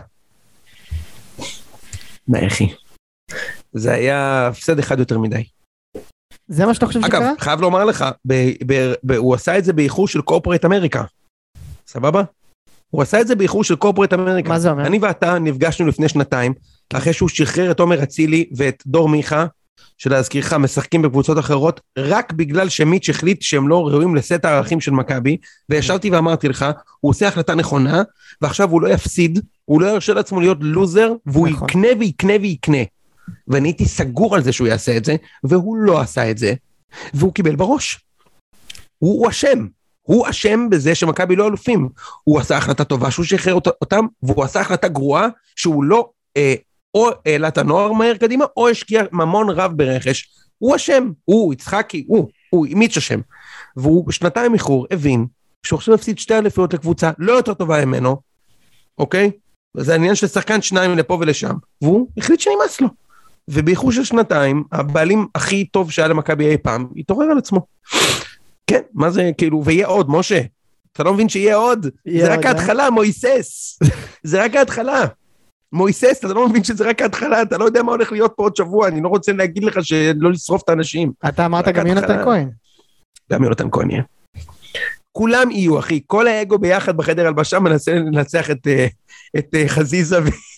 מה, אחי? זה היה הפסד אחד יותר מדי. זה מה שאתה חושב שקרה? אגב, חייב לומר לך, הוא עשה את זה באיחור של קורפורט אמריקה. סבבה? הוא עשה את זה באיחור של קורפורט אמריקה. מה זה אומר? אני ואתה נפגשנו לפני שנתיים, אחרי שהוא שחרר את עומר אצילי ואת דור מיכה, שלהזכירך משחקים בקבוצות אחרות, רק בגלל שמיץ' החליט שהם לא ראויים לסט הערכים של מכבי, וישבתי ואמרתי לך, הוא עושה החלטה נכונה, ועכשיו הוא לא יפסיד, הוא לא ירשה לעצמו להיות לוזר, והוא יקנה ויקנה ויקנה. ואני הייתי סגור על זה שהוא יעשה את זה, והוא לא עשה את זה, והוא קיבל בראש. הוא אשם. הוא אשם בזה שמכבי לא אלופים. הוא עשה החלטה טובה שהוא שחרר אותם, והוא עשה החלטה גרועה שהוא לא או העלה את הנוער מהר קדימה, או השקיע ממון רב ברכש. הוא אשם. הוא יצחקי, הוא מיץ' אשם. והוא בשנתיים איחור הבין שהוא עכשיו הפסיד 2 אליפויות לקבוצה לא יותר טובה ממנו, אוקיי? וזה העניין של שחקן 2 לפה ולשם, והוא החליט שנמאס לו. ובאיחור של שנתיים, הבעלים הכי טוב שהיה למכבי אי פעם, יתעורר על עצמו. כן, מה זה, כאילו, ויהיה עוד, משה. אתה לא מבין שיהיה עוד? זה רק ההתחלה, מויסס. זה רק ההתחלה. מויסס, אתה לא מבין שזה רק ההתחלה, אתה לא יודע מה הולך להיות פה עוד שבוע, אני לא רוצה להגיד לך שלא לשרוף את האנשים. אתה אמרת גם יונתן כהן. גם יונתן כהן יהיה. כולם יהיו, אחי, כל האגו ביחד בחדר הלבשה מנסה לנצח את חזיזה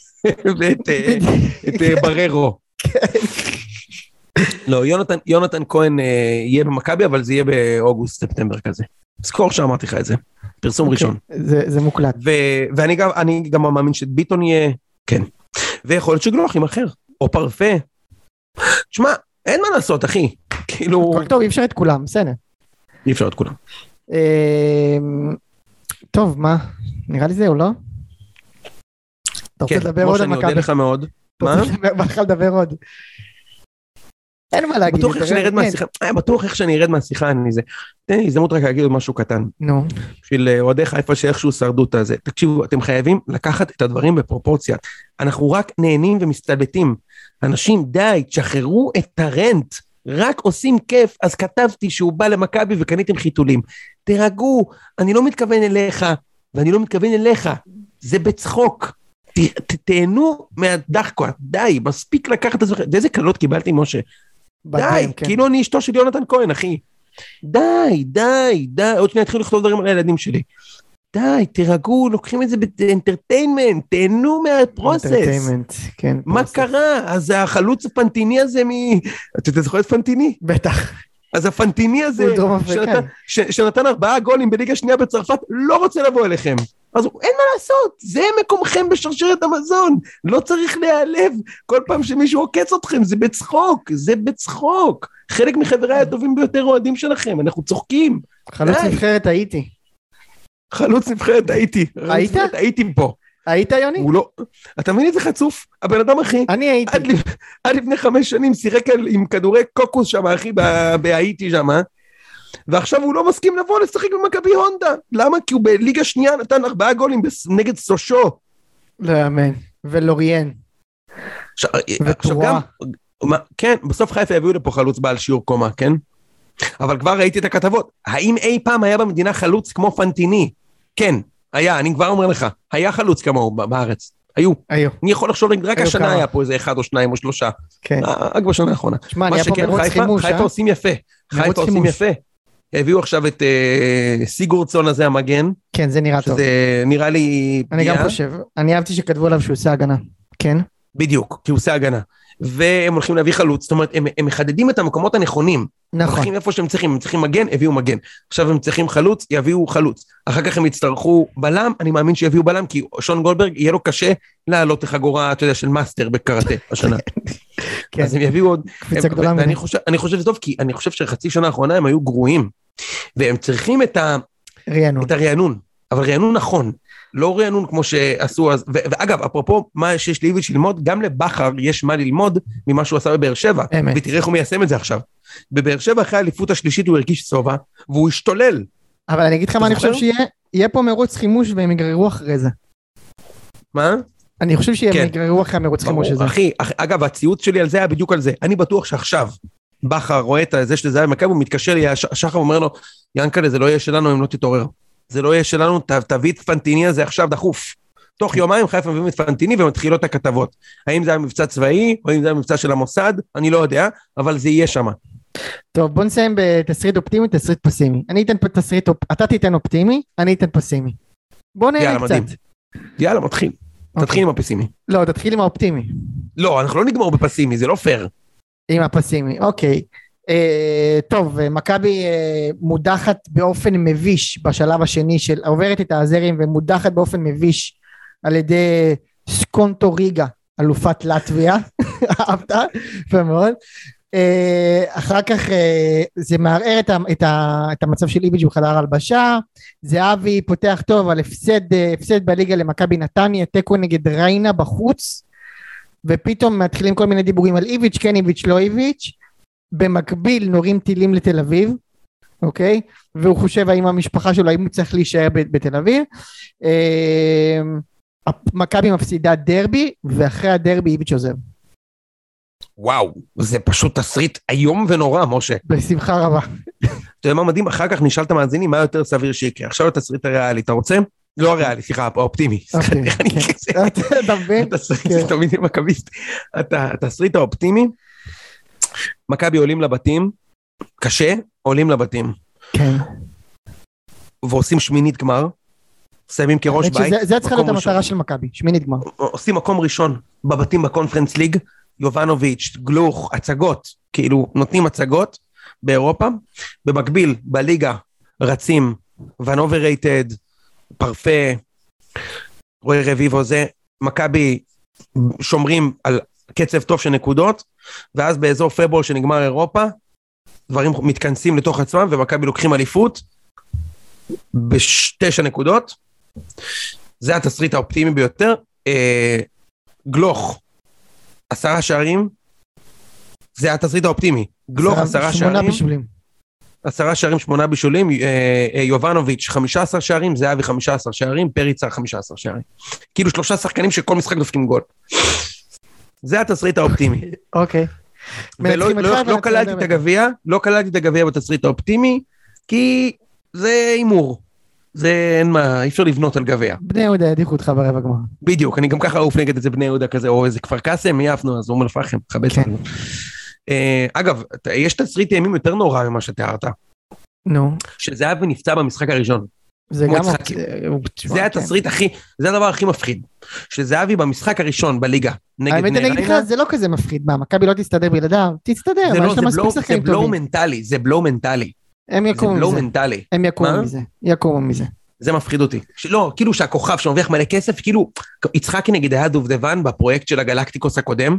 ואת בררו. לא, יונתן כהן יהיה במכבי, אבל זה יהיה באוגוסט, ספטמבר כזה. זכור שאמרתי לך את זה. פרסום ראשון. זה מוקלט. ואני גם מאמין שביטון יהיה, כן. ויכול להיות שגלוח עם אחר, או פרפה. תשמע, אין מה לעשות, אחי. כאילו... כל טוב, אי אפשר את כולם, בסדר. אי אפשר את כולם. טוב, מה? נראה לי זהו, לא? אתה רוצה לדבר עוד על מכבי? כן, אני אודה לך מאוד. מה? בא לך לדבר עוד. אין מה להגיד. בטוח איך שאני ארד מהשיחה, תן לי הזדמנות רק להגיד עוד משהו קטן. נו. בשביל אוהדי חיפה שאיכשהו שרדו את הזה. תקשיבו, אתם חייבים לקחת את הדברים בפרופורציה. אנחנו רק נהנים ומסתלבטים. אנשים, די, תשחררו את הרנט. רק עושים כיף, אז כתבתי שהוא בא למכבי וקניתם חיתולים. תרגעו, אני לא מתכוון אליך, ואני לא מתכוון אליך. זה בצחוק. תהנו מהדחקה, די, מספיק לקחת את זה. איזה קלות קיבלתי, משה. די, כאילו אני אשתו של יונתן כהן, אחי. די, עוד שניה התחילו לכתוב דברים על הילדים שלי. די, תרגעו, לוקחים את זה באנטרטיינמנט, תהנו מהפרוסס. כן. מה קרה? אז החלוץ הפנטיני הזה אתה זוכר את פנטיני? בטח. אז הפנטיני הזה, שנתן 4 גולים בליגה שנייה בצרפת, לא רוצה לבוא אליכם. אז אין מה לעשות, זה מקומכם בשרשרת המזון, לא צריך להיעלב כל פעם שמישהו עוקץ אתכם, זה בצחוק, חלק מחבריי הטובים ביותר אוהדים שלכם, אנחנו צוחקים. חלוץ נבחרת הייתי. היית פה. היית יוני? הוא לא, אתה מבין איזה חצוף? הבן אדם אחי, אני הייתי. עד לפני 5 שנים שיחק עם כדורי קוקוס שם אחי, בהאיטי שם, ועכשיו הוא לא מסכים לבוא לשחק במכבי הונדה. למה? כי הוא בליגה שנייה נתן 4 גולים נגד סושו. לא יאמן. ולוריאן. עכשיו גם, כן, בסוף חיפה הביאו לפה חלוץ בעל שיעור קומה, כן? אבל כבר ראיתי את הכתבות. האם אי פעם היה במדינה חלוץ כמו פנטיני? כן, היה, אני כבר אומר לך. היה חלוץ כמוהו בארץ. היו. אני יכול לחשוב, רק השנה היה פה איזה 1 או 2 או 3. כן. רק בשנה האחרונה. מה שכן, חיפה עושים יפה. חיפה עושים יפה. הביאו עכשיו את סיגורדסון הזה המגן. כן, זה נראה טוב. שזה נראה לי... אני גם חושב. אני אהבתי שכתבו עליו שהוא עושה הגנה. כן? בדיוק, כי הוא עושה הגנה. והם הולכים להביא חלוץ, זאת אומרת, הם מחדדים את המקומות הנכונים. נכון. הולכים איפה שהם צריכים, הם צריכים מגן, הביאו מגן. עכשיו הם צריכים חלוץ, יביאו חלוץ. אחר כך הם יצטרכו בלם, אני מאמין שיביאו בלם, כי שון גולדברג יהיה לו קשה לעלות לחגורה, אתה יודע, של מאסטר בקראטה השנה. אז הם יביאו עוד... אני חושב שזה טוב, כי אני חושב שחצי שנה האחרונה הם היו גרועים, והם צריכים את הרענון, אבל רענון נכון. לא רענון כמו שעשו אז, ואגב, אפרופו מה שיש לאיביץ' ללמוד, גם לבחר יש מה ללמוד ממה שהוא עשה בבאר שבע, ותראה איך הוא מיישם את זה עכשיו. בבאר שבע אחרי האליפות השלישית הוא הרגיש סובה, והוא השתולל. אבל אני אגיד לך מה אני חושב שיהיה פה מרוץ חימוש והם יגררו אחרי זה. מה? אני חושב שהם יגררו אחרי המרוץ חימוש הזה. אחי, אגב, הציוץ שלי על זה היה בדיוק על זה. אני בטוח שעכשיו, בחר רואה את זה שזה היה במכבי, הוא מתקשר לי, השחר אומר לו, ינקלה, זה לא יהיה שלנו אם לא תתעורר. זה לא יהיה שלנו, תביא את פנטיני הזה עכשיו דחוף. תוך יומיים חיפה מביאים את פנטיני ומתחילות את הכתבות. האם זה היה מבצע צבאי, או האם זה היה מבצע של המוסד, אני לא יודע, אבל זה יהיה שם. טוב, בוא נסיים בתסריט אופטימי, תסריט פסימי. אני אתן תסריט, אתה תיתן אופטימי, אני אתן פסימי. בוא נראה קצת. יאללה, מתחיל. תתחיל עם הפסימי. לא, תתחיל עם האופטימי. לא, אנחנו לא נגמור בפסימי, זה לא פייר. עם הפסימי, אוקיי. טוב, מכבי מודחת באופן מביש בשלב השני של עוברת את האזרים ומודחת באופן מביש על ידי סקונטו ריגה, אלופת לטביה. אהבת? ומאוד. אחר כך זה מערער את המצב של איביץ' בחדר הלבשה. זהבי פותח טוב על הפסד בליגה למכבי נתניה, תיקו נגד ריינה בחוץ, ופתאום מתחילים כל מיני דיבורים על איביץ', כן איביץ', לא איביץ'. במקביל נורים טילים לתל אביב, אוקיי? והוא חושב האם המשפחה שלו, האם הוא צריך להישאר בתל אביב. מכבי מפסידה דרבי, ואחרי הדרבי איביץ' עוזב. וואו, זה פשוט תסריט איום ונורא, משה. בשמחה רבה. אתה יודע מה מדהים? אחר כך נשאל את המאזינים, מה יותר סביר שיקרה? עכשיו התסריט הריאלי, אתה רוצה? לא הריאלי, סליחה, האופטימי. אתה מבין? תמיד עם מכביסט. התסריט האופטימי, מכבי עולים לבתים, קשה, עולים לבתים. כן. ועושים שמינית גמר, שמים כראש בית. זה צריכה להיות המטרה של מכבי, שמינית גמר. עושים מקום ראשון בבתים בקונפרנס ליג, יובנוביץ', גלוך, הצגות, כאילו נותנים הצגות באירופה, במקביל בליגה רצים, ונוברייטד, פרפה, רועי רביבו זה, מכבי שומרים על קצב טוב של נקודות, ואז באזור פברואר שנגמר אירופה, דברים מתכנסים לתוך עצמם, ומכבי לוקחים אליפות, ב9 נקודות, זה התסריט האופטימי ביותר, גלוך, 10 שערים, זה התסריט האופטימי, גלוך 10 שערים, 10 שערים, 8 בישולים, יובנוביץ' 15 שערים, זהבי 15 שערים, פריצה 15 שערים, כאילו 3 שחקנים שכל משחק דופקים גול. זה התסריט האופטימי. אוקיי. ולא קללתי את הגביע בתסריט האופטימי, כי זה אימור. זה אין מה, אי אפשר לבנות על גביע. בני יהודה ידיחו אותך ברבע גמר. בדיוק, אני גם ככה עוף נגד איזה בני יהודה כזה, או איזה כפר קאסם, יפנו, אז אום אל-פחם, חבד לנו. אגב, יש תסריט ימים יותר נורא ממה שתיארת. נו. שזהבי נפצע במשחק הראשון. זה התסריט הכי, זה הדבר הכי מפחיד. שזהבי במשחק הראשון בליגה, נגד בני ריינה. זה לא כזה מפחיד, מה, מכבי לא תסתדר בלעדיו, תסתדר, זה בלו מנטלי, זה בלו מנטלי. הם יקומו מזה. זה מפחיד אותי. לא, כאילו שהכוכב שמרוויח מלא כסף, כאילו, יצחקי נגד היה דובדבן בפרויקט של הגלקטיקוס הקודם,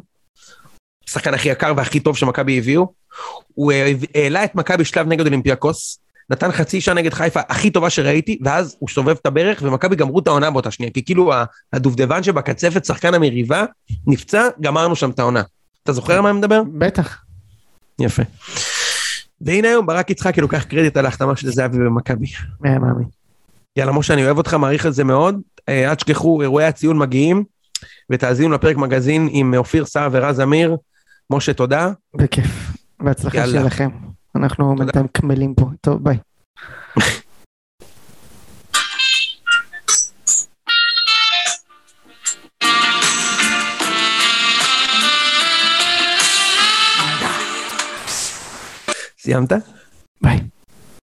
השחקן הכי יקר והכי טוב שמכבי הביאו, הוא העלה את מכבי שלב נגד אולימפיאקוס, נתן חצי שעה נגד חיפה הכי טובה שראיתי, ואז הוא שובב את הברך, ומכבי גמרו את העונה באותה שנייה, כי כאילו הדובדבן שבקצפת, שחקן המריבה, נפצע, גמרנו שם את העונה. אתה זוכר מה אני מדבר? בטח. יפה. והנה היום ברק יצחקי לוקח קרדיט על ההחתמה של זהבי במכבי. מאמין. יאללה, משה, אני אוהב אותך, מעריך את זה מאוד. עד שכחו, אירועי הציון מגיעים, ותאזינו לפרק מגזין עם אופיר סער ורז אמיר. משה, תודה. בכיף. בהצלחה שלכם. אנחנו בינתיים קמלים פה. טוב, ביי. סיימת? ביי.